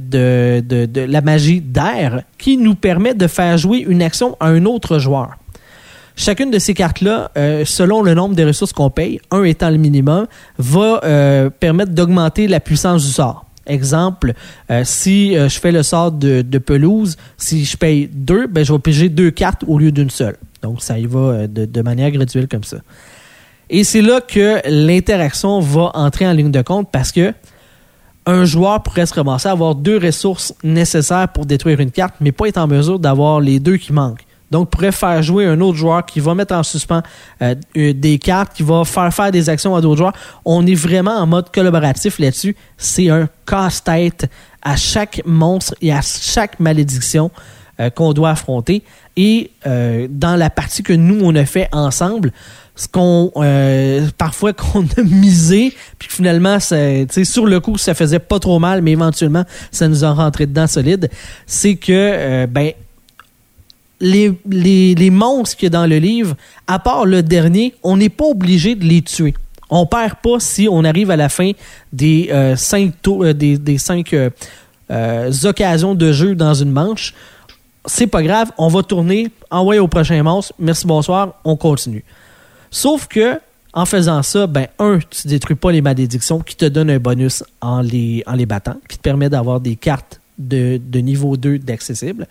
de la magie d'air qui nous permet de faire jouer une action à un autre joueur. Chacune de ces cartes-là, selon le nombre de ressources qu'on paye, 1 étant le minimum, va permettre d'augmenter la puissance du sort. Exemple, si je fais le sort de pelouse, si je paye 2, ben, je vais piger 2 cartes au lieu d'une seule. Donc, ça y va de manière graduelle comme ça. Et c'est là que l'interaction va entrer en ligne de compte parce que un joueur pourrait se ramasser à avoir 2 ressources nécessaires pour détruire une carte, mais pas être en mesure d'avoir les 2 qui manquent. Donc, pourrait faire jouer un autre joueur qui va mettre en suspens des cartes, qui va faire des actions à d'autres joueurs. On est vraiment en mode collaboratif là-dessus. C'est un casse-tête à chaque monstre et à chaque malédiction qu'on doit affronter. Et dans la partie que nous, on a fait ensemble, ce parfois qu'on a misé, puis que finalement, sur le coup, ça faisait pas trop mal, mais éventuellement, ça nous a rentré dedans solide, c'est que, les monstres qu'il y a dans le livre, à part le dernier, on n'est pas obligé de les tuer. On perd pas si on arrive à la fin des 5 occasions de jeu dans une manche. C'est pas grave, on va tourner, envoyer au prochain monstre, merci, bonsoir, on continue. Sauf que, en faisant ça, tu détruis pas les malédictions qui te donnent un bonus en les battant, qui te permet d'avoir des cartes de niveau 2 d'accessible.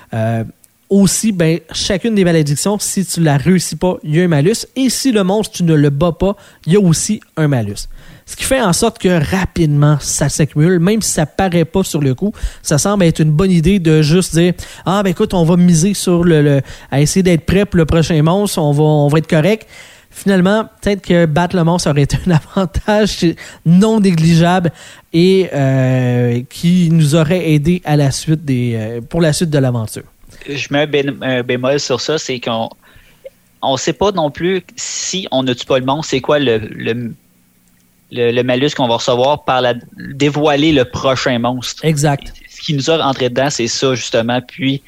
Aussi, chacune des malédictions, si tu la réussis pas, il y a un malus. Et si le monstre, tu ne le bats pas, il y a aussi un malus. Ce qui fait en sorte que rapidement, ça s'accumule. Même si ça paraît pas sur le coup, ça semble être une bonne idée de juste dire « Ah, écoute, on va miser sur à essayer d'être prêt pour le prochain monstre, on va être correct. » Finalement, peut-être que battre le monstre aurait été un avantage non négligeable et qui nous aurait aidé à la suite pour la suite de l'aventure. Je mets un bémol sur ça, c'est qu'on ne sait pas non plus si on ne tue pas le monstre, c'est quoi le malus qu'on va recevoir par dévoiler le prochain monstre. Exact. Ce qui nous a rentré dedans, c'est ça justement. Puis,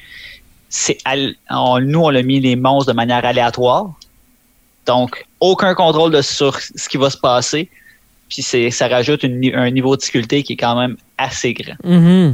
nous, on a mis les monstres de manière aléatoire. Donc, aucun contrôle sur ce qui va se passer. Puis, ça rajoute un niveau de difficulté qui est quand même assez grand. Mm-hmm.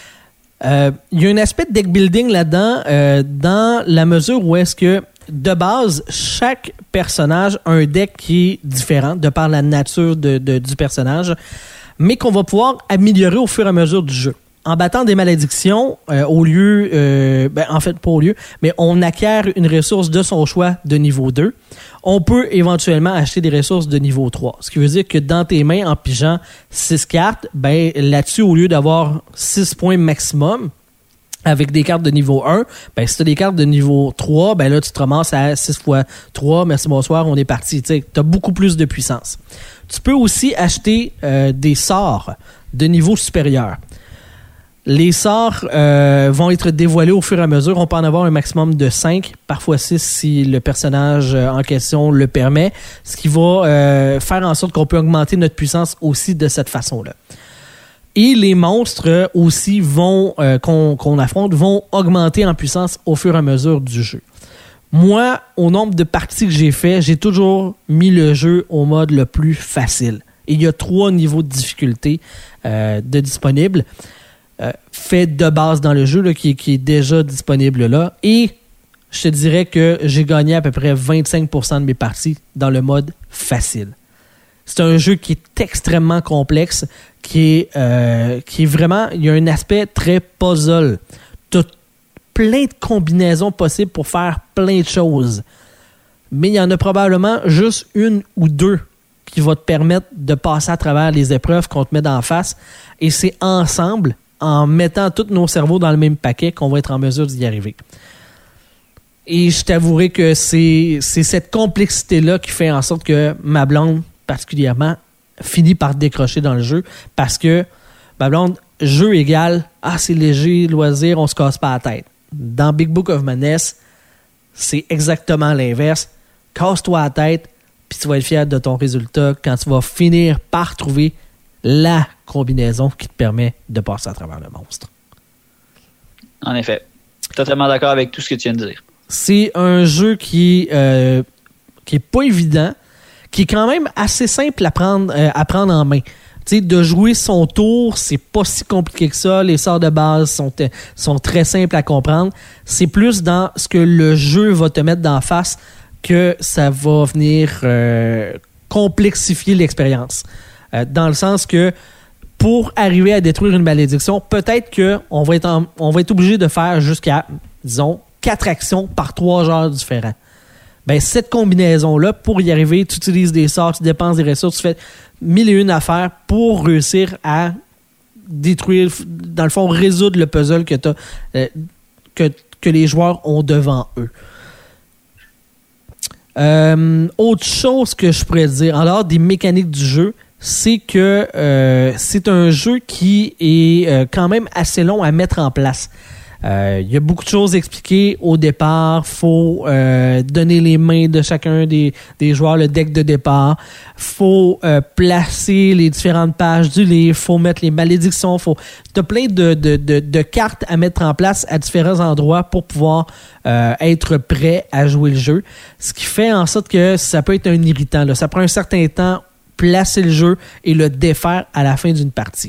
Il y a un aspect de deck building là-dedans, dans la mesure où est-ce que, de base, chaque personnage a un deck qui est différent de par la nature du personnage, mais qu'on va pouvoir améliorer au fur et à mesure du jeu. En battant des malédictions, au lieu, en fait pas au lieu, mais on acquiert une ressource de son choix de niveau 2. On peut éventuellement acheter des ressources de niveau 3. Ce qui veut dire que dans tes mains, en pigeant 6 cartes, là-dessus, au lieu d'avoir 6 points maximum, avec des cartes de niveau 1, si tu as des cartes de niveau 3, là, tu te ramasses à 6 x 3, merci, bonsoir, on est parti. Tu as beaucoup plus de puissance. Tu peux aussi acheter des sorts de niveau supérieur. Les sorts vont être dévoilés au fur et à mesure. On peut en avoir un maximum de 5, parfois 6 si le personnage en question le permet, ce qui va faire en sorte qu'on peut augmenter notre puissance aussi de cette façon-là. Et les monstres aussi qu'on affronte vont augmenter en puissance au fur et à mesure du jeu. Moi, au nombre de parties que j'ai fait, j'ai toujours mis le jeu au mode le plus facile. Et il y a 3 niveaux de difficulté de disponibles. Fait de base dans le jeu là, qui est déjà disponible là. Et je te dirais que j'ai gagné à peu près 25% de mes parties dans le mode facile. C'est un jeu qui est extrêmement complexe, qui est vraiment... Il y a un aspect très puzzle. Tu as plein de combinaisons possibles pour faire plein de choses. Mais il y en a probablement juste 1 ou 2 qui va te permettre de passer à travers les épreuves qu'on te met d'en face. Et c'est ensemble, en mettant tous nos cerveaux dans le même paquet, qu'on va être en mesure d'y arriver. Et je t'avouerai que c'est cette complexité-là qui fait en sorte que ma blonde, particulièrement, finit par décrocher dans le jeu, parce que ma blonde, jeu égal, c'est léger, loisir, on se casse pas la tête. Dans Big Book of Madness, c'est exactement l'inverse. Casse-toi la tête, puis tu vas être fier de ton résultat quand tu vas finir par trouver la combinaison qui te permet de passer à travers le monstre. En effet. Totalement d'accord avec tout ce que tu viens de dire. C'est un jeu qui est pas évident, qui est quand même assez simple à prendre en main. Tu sais, de jouer son tour, c'est pas si compliqué que ça. Les sorts de base sont très simples à comprendre. C'est plus dans ce que le jeu va te mettre d'en face que ça va venir complexifier l'expérience. Dans le sens que pour arriver à détruire une malédiction, peut-être qu'on va être obligé de faire jusqu'à, disons, 4 actions par 3 genres différents. Ben, cette combinaison-là, pour y arriver, tu utilises des sorts, tu dépenses des ressources, tu fais 1001 affaires pour réussir à détruire, dans le fond, résoudre le puzzle que les joueurs ont devant eux. Autre chose que je pourrais dire, en dehors des mécaniques du jeu, c'est que c'est un jeu qui est quand même assez long à mettre en place. Il y a beaucoup de choses expliquées au départ. Faut donner les mains de chacun des joueurs, le deck de départ. Faut placer les différentes pages du livre. Faut mettre les malédictions. T'as plein de cartes à mettre en place à différents endroits pour pouvoir être prêt à jouer le jeu. Ce qui fait en sorte que ça peut être un irritant, là. Ça prend un certain temps placer le jeu et le défaire à la fin d'une partie.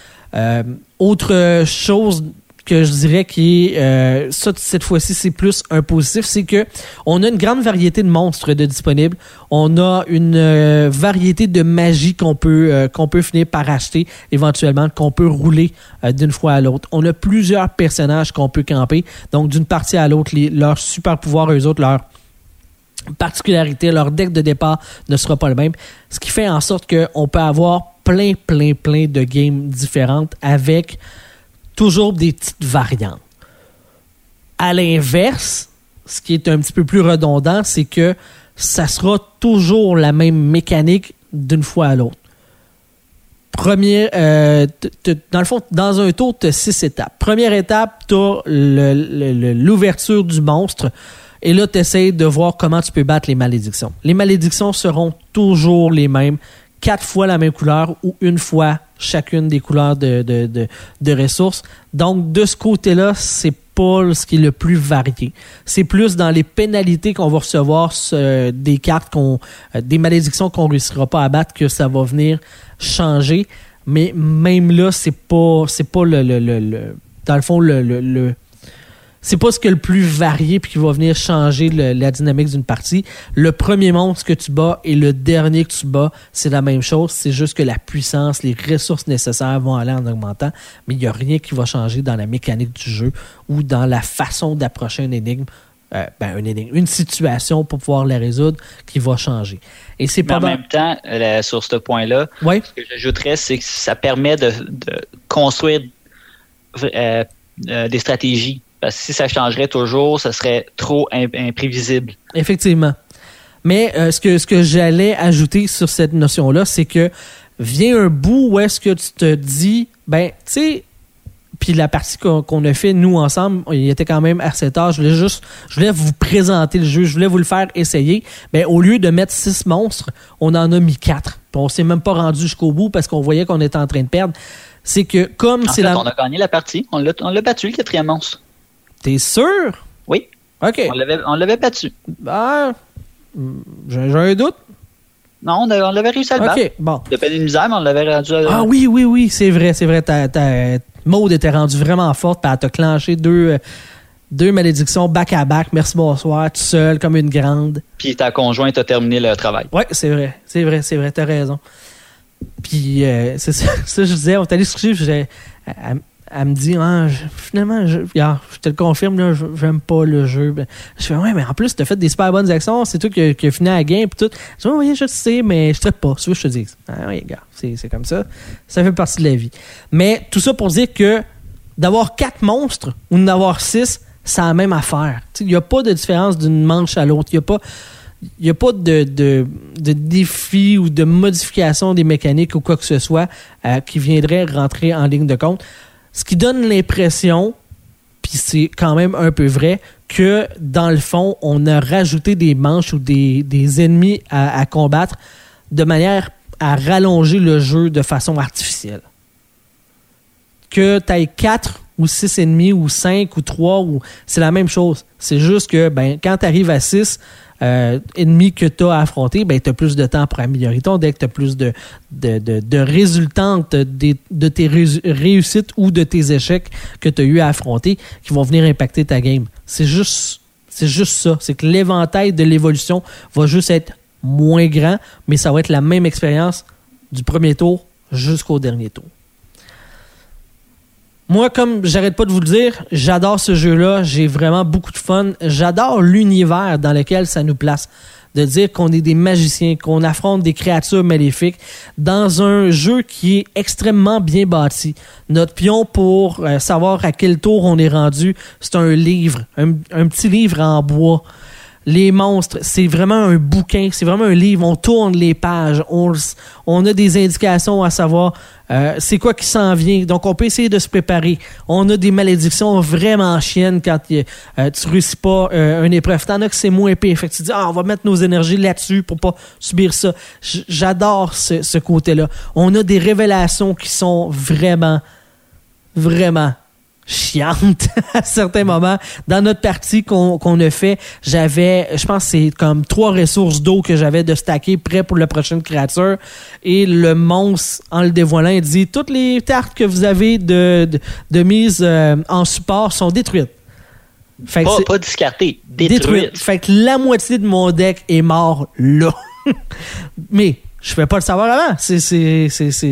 Autre chose que je dirais qui est ça cette fois-ci c'est plus un positif, c'est que on a une grande variété de monstres de disponibles. On a une variété de magie qu'on peut finir par acheter éventuellement, qu'on peut rouler d'une fois à l'autre. On a plusieurs personnages qu'on peut camper, donc d'une partie à l'autre, leurs super pouvoirs, eux autres, leurs particularités, leur deck de départ ne sera pas le même, ce qui fait en sorte qu'on peut avoir plein de games différentes avec toujours des petites variantes. À l'inverse, ce qui est un petit peu plus redondant, c'est que ça sera toujours la même mécanique d'une fois à l'autre. Dans le fond, dans un tour, tu as 6 étapes. Première étape, tu as l'ouverture du monstre. Et là, tu essaies de voir comment tu peux battre les malédictions. Les malédictions seront toujours les mêmes. 4 fois la même couleur ou 1 fois chacune des couleurs de ressources. Donc, de ce côté-là, c'est pas ce qui est le plus varié. C'est plus dans les pénalités qu'on va recevoir des cartes, des malédictions qu'on ne réussira pas à battre que ça va venir changer. Mais même là, c'est pas dans le fond, c'est pas ce que le plus varié puis qui va venir changer la dynamique d'une partie. Le premier monstre que tu bats et le dernier que tu bats, c'est la même chose. C'est juste que la puissance, les ressources nécessaires vont aller en augmentant, mais il n'y a rien qui va changer dans la mécanique du jeu ou dans la façon d'approcher une énigme. Une situation pour pouvoir la résoudre qui va changer. Et c'est pas en même temps, sur ce point-là, oui? Ce que j'ajouterais, c'est que ça permet de construire des stratégies. Parce que si ça changerait toujours, ça serait trop imprévisible. Effectivement. Mais ce que j'allais ajouter sur cette notion-là, c'est que vient un bout où est-ce que tu te dis, tu sais, puis la partie qu'on a fait, nous, ensemble, il était quand même assez tard. Je voulais vous présenter le jeu, je voulais vous le faire essayer. Ben, au lieu de mettre 6 monstres, on en a mis 4. Puis on s'est même pas rendu jusqu'au bout parce qu'on voyait qu'on était en train de perdre. C'est que comme en c'est fait, on a gagné la partie. On l'a battu, le 4e monstre. T'es sûr? Oui. OK. On l'avait battu. Ben, j'ai un doute. Non, on l'avait réussi à le battre. OK, bon. De peine et de misère, mais on l'avait rendu à... Ah oui, c'est vrai. Maud était rendue vraiment forte, puis elle t'a clenché 2 malédictions back-à-back. Merci, bonsoir, tout seul, comme une grande. Puis ta conjointe a terminé le travail. Oui, c'est vrai, t'as raison. Puis, c'est ça, je disais, on est allé se coucher, elle me dit, finalement, je te le confirme, là, j'aime pas le jeu. Je fais, ouais, mais en plus, t'as fait des super bonnes actions, c'est toi qui a fini la game, puis tout. Je dis, oui, je sais, mais je traite pas. C'est ce que je te dis. Ah, oui, gars, c'est comme ça. Ça fait partie de la vie. Mais tout ça pour dire que d'avoir 4 monstres ou d'avoir 6, c'est la même affaire. Il n'y a pas de différence d'une manche à l'autre. Il n'y a pas de défi ou de modification des mécaniques ou quoi que ce soit qui viendrait rentrer en ligne de compte. Ce qui donne l'impression, puis c'est quand même un peu vrai, que dans le fond, on a rajouté des manches ou des ennemis à combattre de manière à rallonger le jeu de façon artificielle. Que tu aies 4 ou 6 ennemis ou 5 ou 3, c'est la même chose. C'est juste que quand tu arrives à 6 ennemis que tu as à affronter, tu as plus de temps pour améliorer ton deck, tu as plus de résultantes de tes réussites ou de tes échecs que tu as eu à affronter qui vont venir impacter ta game. C'est juste ça. C'est que l'éventail de l'évolution va juste être moins grand, mais ça va être la même expérience du premier tour jusqu'au dernier tour. Moi, comme j'arrête pas de vous le dire, j'adore ce jeu-là. J'ai vraiment beaucoup de fun. J'adore l'univers dans lequel ça nous place. De dire qu'on est des magiciens, qu'on affronte des créatures maléfiques dans un jeu qui est extrêmement bien bâti. Notre pion pour savoir à quel tour on est rendu, c'est un livre, un petit livre en bois. Les monstres, c'est vraiment un bouquin, c'est vraiment un livre. On tourne les pages, on a des indications à savoir c'est quoi qui s'en vient. Donc, on peut essayer de se préparer. On a des malédictions vraiment chiennes quand tu réussis pas une épreuve. T'en as que c'est moins épais. Fait que tu dis, on va mettre nos énergies là-dessus pour pas subir ça. J'adore ce côté-là. On a des révélations qui sont vraiment, vraiment chiante à certains moments. Dans notre partie qu'on a fait, j'avais, je pense que c'est comme 3 ressources d'eau que j'avais de stacker prêt pour la prochaine créature. Et le monstre, en le dévoilant, il dit, toutes les cartes que vous avez de mise en support sont détruites. Fait que pas discartées, détruites. Fait que la moitié de mon deck est mort là. Mais je ne pouvais pas le savoir avant. C'est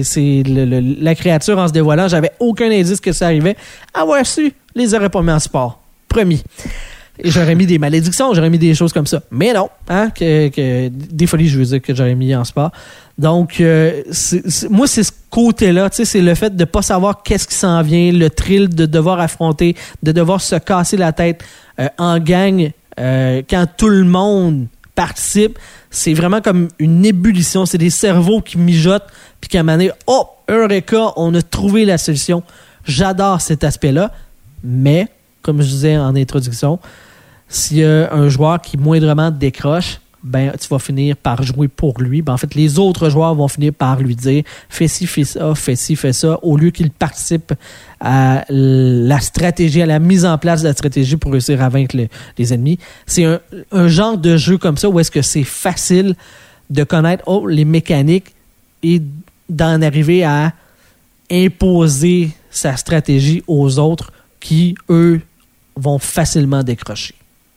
la créature en se dévoilant. J'avais aucun indice que ça arrivait. Avoir su, les aurais pas mis en support. Promis. Et j'aurais mis des malédictions, j'aurais mis des choses comme ça. Mais non, des folies, je veux dire, que j'aurais mis en support. Donc, moi, c'est ce côté-là, tu sais, c'est le fait de ne pas savoir qu'est-ce qui s'en vient, le thrill de devoir affronter, de devoir se casser la tête en gang quand tout le monde participe. C'est vraiment comme une ébullition. C'est des cerveaux qui mijotent puis qu'à un moment donné, Eureka, on a trouvé la solution. J'adore cet aspect-là. Mais, comme je disais en introduction, s'il y a un joueur qui moindrement décroche, tu vas finir par jouer pour lui. En fait, les autres joueurs vont finir par lui dire fais ci, fais ça, fais ci, fais ça, au lieu qu'il participe à la stratégie, à la mise en place de la stratégie pour réussir à vaincre les ennemis. C'est un genre de jeu comme ça où est-ce que c'est facile de connaître les mécaniques et d'en arriver à imposer sa stratégie aux autres qui, eux, vont facilement décrocher.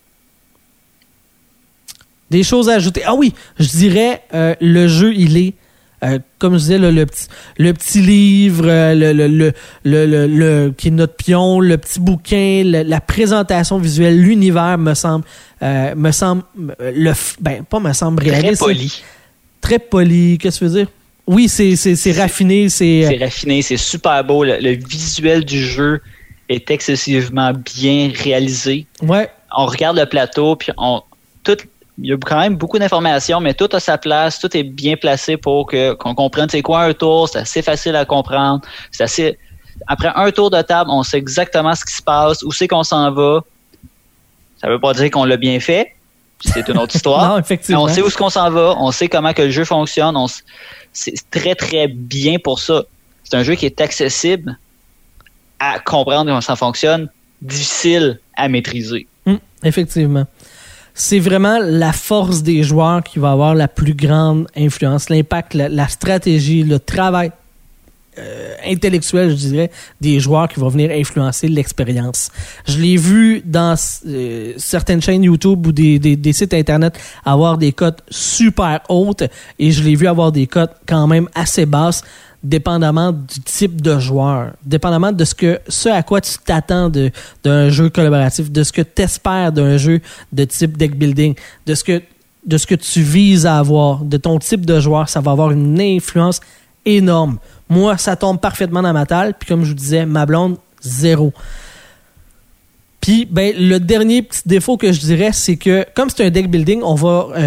Des choses à ajouter. Ah oui, je dirais, le jeu, il est, comme je disais, le petit livre, qui est notre pion, le petit bouquin, la présentation visuelle, l'univers me semble réaliste. Très poli. Très poli, qu'est-ce que tu veux dire? Oui, c'est raffiné. C'est raffiné, c'est super beau. Le visuel du jeu est excessivement bien réalisé. Ouais. On regarde le plateau, puis il y a quand même beaucoup d'informations, mais tout a sa place, tout est bien placé pour qu'on comprenne c'est quoi un tour, c'est assez facile à comprendre, c'est Après un tour de table, on sait exactement ce qui se passe, où c'est qu'on s'en va. Ça veut pas dire qu'on l'a bien fait. C'est une autre histoire. Non, effectivement. Mais on sait où est-ce qu'on s'en va. On sait comment que le jeu fonctionne. C'est très, très bien pour ça. C'est un jeu qui est accessible à comprendre comment ça fonctionne, difficile à maîtriser. Effectivement. C'est vraiment la force des joueurs qui va avoir la plus grande influence. L'impact, la stratégie, le travail intellectuel, je dirais, des joueurs qui vont venir influencer l'expérience. Je l'ai vu dans certaines chaînes YouTube ou des sites Internet avoir des cotes super hautes et je l'ai vu avoir des cotes quand même assez basses, dépendamment du type de joueur, dépendamment de ce à quoi tu t'attends d'un jeu collaboratif, de ce que tu espères d'un jeu de type deck building, de ce que tu vises à avoir, de ton type de joueur, ça va avoir une influence énorme. Moi, ça tombe parfaitement dans ma table, puis comme je vous disais, ma blonde, 0. Puis, le dernier petit défaut que je dirais, c'est que, comme c'est un deck building, on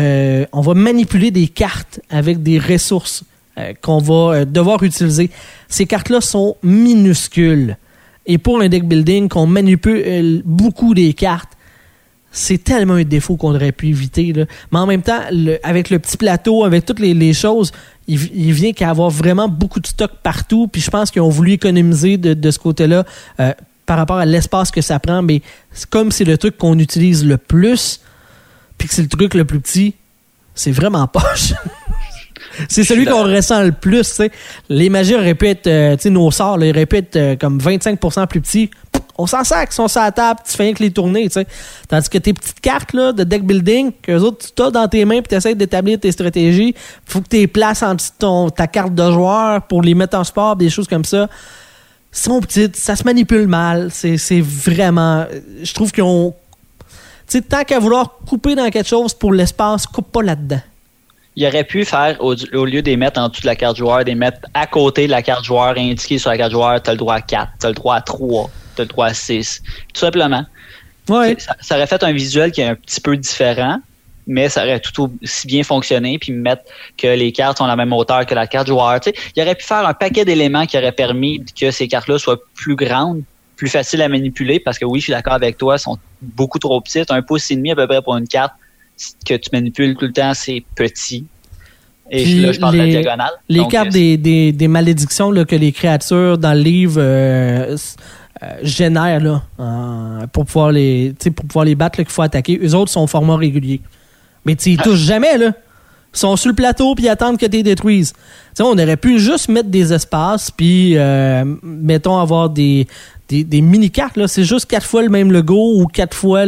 va manipuler des cartes avec des ressources qu'on va devoir utiliser. Ces cartes-là sont minuscules. Et pour un deck building, qu'on manipule beaucoup des cartes, c'est tellement un défaut qu'on aurait pu éviter, là. Mais en même temps, avec le petit plateau, avec toutes les choses, il vient qu'à avoir vraiment beaucoup de stock partout. Puis je pense qu'ils ont voulu économiser de ce côté-là par rapport à l'espace que ça prend. Mais comme c'est le truc qu'on utilise le plus, puis que c'est le truc le plus petit, c'est vraiment poche. C'est celui qu'on ressent le plus, tu sais. Les magies auraient pu être, tu sais, nos sorts, là, auraient pu être comme 25% plus petits. On s'en sert, ils sont sur la table, tu fais rien que les tourner, tu sais. Tandis que tes petites cartes là, de deck building, qu'eux autres, tu as dans tes mains puis tu essaies d'établir tes stratégies, faut que tu les places en dessous de ta carte de joueur pour les mettre en sport, des choses comme ça. Ils sont petites, ça se manipule mal. C'est vraiment... Je trouve qu'ils ont... Tu sais, tant qu'à vouloir couper dans quelque chose pour l'espace, coupe pas là-dedans. Il aurait pu faire, au lieu de les mettre en dessous de la carte joueur, de les mettre à côté de la carte joueur, indiqué sur la carte joueur, tu as le droit à 4, tu as le droit à 3, tu as le droit à 6. Tout simplement. Ouais. Ça aurait fait un visuel qui est un petit peu différent, mais ça aurait tout aussi bien fonctionné, puis mettre que les cartes sont à la même hauteur que la carte joueur. Tu sais, il aurait pu faire un paquet d'éléments qui auraient permis que ces cartes-là soient plus grandes, plus faciles à manipuler, parce que oui, je suis d'accord avec toi, elles sont beaucoup trop petites. 1,5 pouce à peu près pour une carte que tu manipules tout le temps, c'est petit. Et puis là, je parle de la diagonale. Les donc, cartes des malédictions là, que les créatures dans le livre génèrent là, pour pouvoir les battre, là, qu'il faut attaquer, eux autres sont au format régulier. Mais tu ils touchent jamais, là. Ils sont sur le plateau puis ils attendent que tu les détruises. T'sais, on aurait pu juste mettre des espaces puis, mettons, avoir des mini-cartes, là. C'est juste 4 fois le même logo ou 4 fois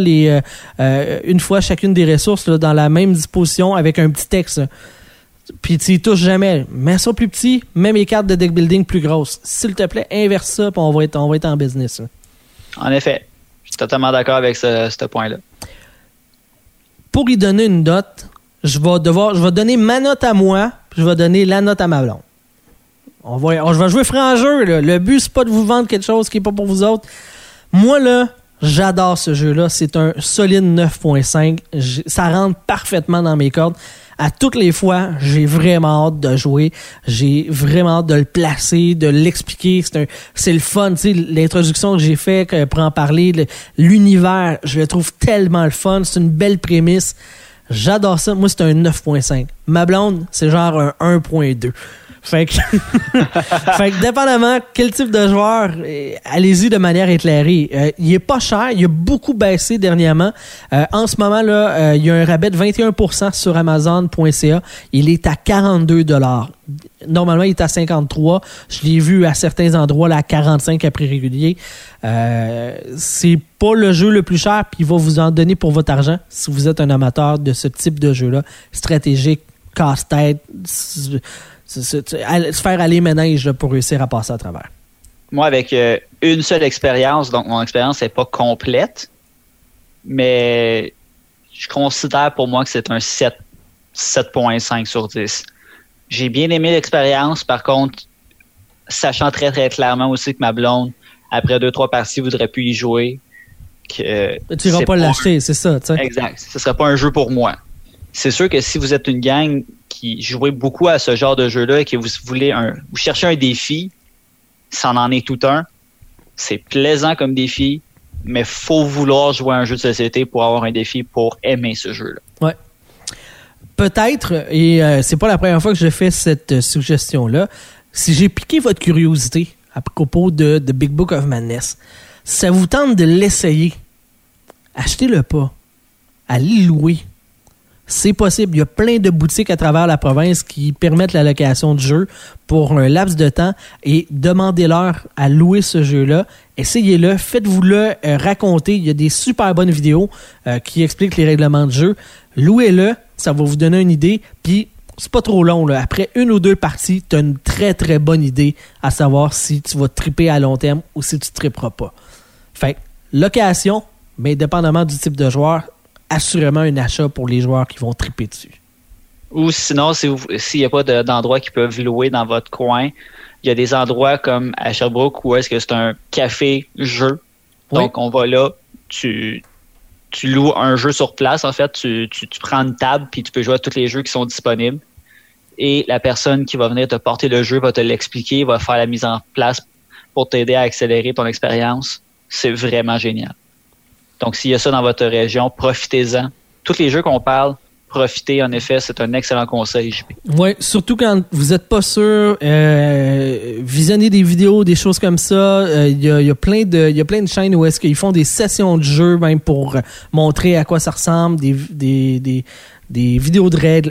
une fois chacune des ressources là, dans la même disposition avec un petit texte. Là. Puis tu y touches jamais. Mets ça plus petit, mets mes cartes de deck building plus grosses. S'il te plaît, inverse ça puis on va être en business. Là. En effet. Je suis totalement d'accord avec ce point-là. Pour y donner une note, je vais donner ma note à moi, puis je vais donner la note à ma blonde. Je vais jouer franc jeu, là. Le but, c'est pas de vous vendre quelque chose qui est pas pour vous autres. Moi, là, j'adore ce jeu-là. C'est un solide 9.5. Ça rentre parfaitement dans mes cordes. À toutes les fois, j'ai vraiment hâte de jouer. J'ai vraiment hâte de le placer, de l'expliquer. C'est le fun, tu sais, l'introduction que j'ai fait pour en parler, l'univers, je le trouve tellement le fun. C'est une belle prémisse. J'adore ça. Moi, c'est un 9.5. Ma blonde, c'est genre un 1.2. Fait que dépendamment quel type de joueur, allez-y de manière éclairée. Il est pas cher, il a beaucoup baissé dernièrement. En ce moment là, il y a un rabais de 21% sur Amazon.ca. Il est à 42$. Normalement, il est à 53$. Je l'ai vu à certains endroits là, à 45$ à prix régulier. C'est pas le jeu le plus cher, puis il va vous en donner pour votre argent si vous êtes un amateur de ce type de jeu-là. Stratégique, casse-tête, se faire aller ménage là, pour réussir à passer à travers. Moi, avec une seule expérience, donc mon expérience n'est pas complète, mais je considère pour moi que c'est un 7.5 sur 10. J'ai bien aimé l'expérience, par contre, sachant très très clairement aussi que ma blonde, après 2-3 parties, voudrait plus y jouer. Tu n'iras pas l'acheter, c'est ça. T'sais. Exact. Ce ne serait pas un jeu pour moi. C'est sûr que si vous êtes une gang qui jouez beaucoup à ce genre de jeu-là et que vous cherchez un défi, ça en est tout un, C'est plaisant comme défi, mais faut vouloir jouer à un jeu de société pour avoir un défi, pour aimer ce jeu-là. Ouais. Peut-être, et c'est pas la première fois que je fais cette suggestion-là, si j'ai piqué votre curiosité à propos de Big Book of Madness, ça vous tente de l'essayer, achetez-le pas. Allez le louer. C'est possible. Il y a plein de boutiques à travers la province qui permettent la location de jeux pour un laps de temps et demandez-leur à louer ce jeu-là. Essayez-le, faites-vous-le raconter. Il y a des super bonnes vidéos qui expliquent les règlements de jeu. Louez-le, ça va vous donner une idée. Puis, c'est pas trop long, là. Après une ou deux parties, tu as une très très bonne idée à savoir si tu vas tripper à long terme ou si tu triperas pas. Fait que, location, mais dépendamment du type de joueur, assurément un achat pour les joueurs qui vont triper dessus. Ou sinon, s'il n'y a pas d'endroits qui peuvent louer dans votre coin, il y a des endroits comme à Sherbrooke où est-ce que c'est un café-jeu. Oui. Donc, on va là, tu loues un jeu sur place. En fait, tu prends une table puis tu peux jouer à tous les jeux qui sont disponibles. Et la personne qui va venir te porter le jeu va te l'expliquer, va faire la mise en place pour t'aider à accélérer ton expérience. C'est vraiment génial. Donc, s'il y a ça dans votre région, profitez-en. Tous les jeux qu'on parle, profitez. En effet, c'est un excellent conseil, JP. Oui, surtout quand vous n'êtes pas sûr, visionnez des vidéos, des choses comme ça. Il y a plein de chaînes où est-ce qu'ils font des sessions de jeu même pour montrer à quoi ça ressemble, des vidéos de règles.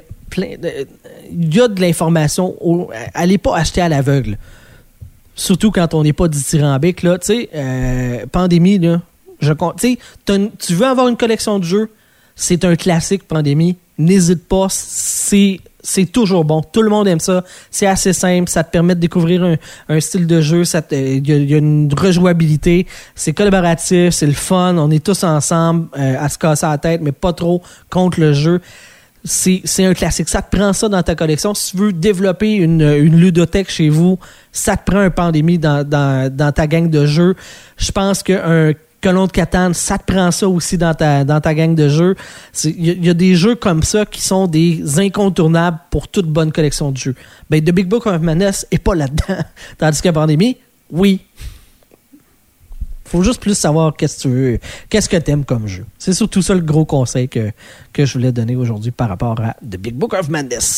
Il y a de l'information. Allez pas acheter à l'aveugle. Surtout quand on n'est pas dithyrambique. Là, tu sais, Pandémie, là. Tu veux avoir une collection de jeux, c'est un classique Pandémie. N'hésite pas, c'est toujours bon. Tout le monde aime ça. C'est assez simple. Ça te permet de découvrir un style de jeu. Il y a une rejouabilité. C'est collaboratif, c'est le fun. On est tous ensemble à se casser la tête, mais pas trop contre le jeu. C'est un classique. Ça te prend ça dans ta collection. Si tu veux développer une ludothèque chez vous, ça te prend un Pandémie dans ta gang de jeux. Je pense qu'un Colon de Catane, ça te prend ça aussi dans ta gang de jeux. Il y a des jeux comme ça qui sont des incontournables pour toute bonne collection de jeux. Ben, The Big Book of Madness est pas là-dedans. Tandis que Pandémie, oui. Faut juste plus savoir qu'est-ce que tu veux, qu'est-ce que t'aimes comme jeu. C'est surtout ça le gros conseil que je voulais donner aujourd'hui par rapport à The Big Book of Madness.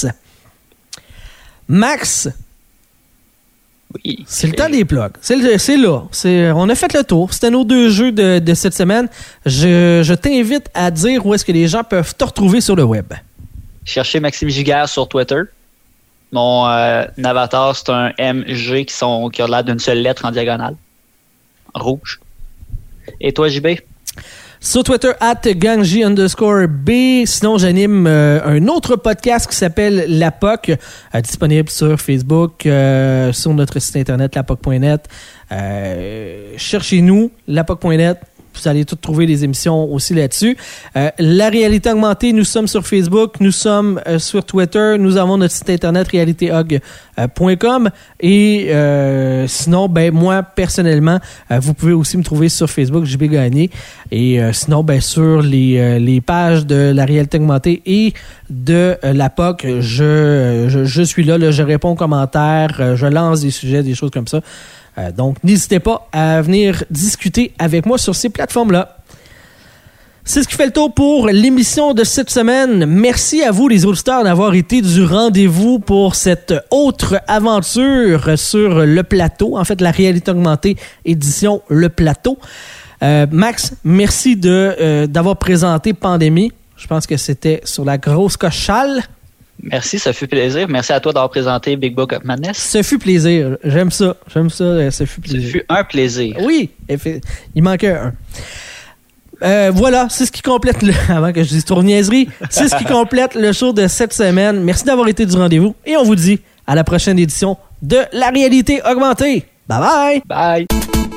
Max, oui, c'est le temps des plugs. C'est là. On a fait le tour. C'était nos deux jeux de cette semaine. Je t'invite à dire où est-ce que les gens peuvent te retrouver sur le web. Cherchez Maxime Giguère sur Twitter. Mon avatar, c'est un MG qui a l'air d'une seule lettre en diagonale. Rouge. Et toi, JB? Sur Twitter, @gangj_b. Sinon, j'anime un autre podcast qui s'appelle La POC, disponible sur Facebook, sur notre site internet, lapoc.net. Cherchez-nous, lapoc.net. Vous allez tout trouver les émissions aussi là-dessus. La réalité augmentée, nous sommes sur Facebook, nous sommes sur Twitter, nous avons notre site internet realitéhog.com et sinon, ben moi personnellement, vous pouvez aussi me trouver sur Facebook, JB Gagné, et sinon, ben sur les pages de la réalité augmentée et de la POC, je suis là, je réponds aux commentaires, je lance des sujets, des choses comme ça. Donc, n'hésitez pas à venir discuter avec moi sur ces plateformes-là. C'est ce qui fait le tour pour l'émission de cette semaine. Merci à vous, les auditeurs, d'avoir été du rendez-vous pour cette autre aventure sur le plateau. En fait, la réalité augmentée édition Le Plateau. Max, merci d'avoir présenté Pandémie. Je pense que c'était sur la grosse cochale. Merci, ça fait plaisir. Merci à toi d'avoir présenté Big Book of Madness. Ça fut plaisir. J'aime ça. Ça fut plaisir. Ça fut un plaisir. Oui, il manquait un. Voilà, c'est ce qui complète avant que je dise trop de niaiserie, c'est ce qui complète le show de cette semaine. Merci d'avoir été du rendez-vous et on vous dit à la prochaine édition de La Réalité Augmentée. Bye bye! Bye!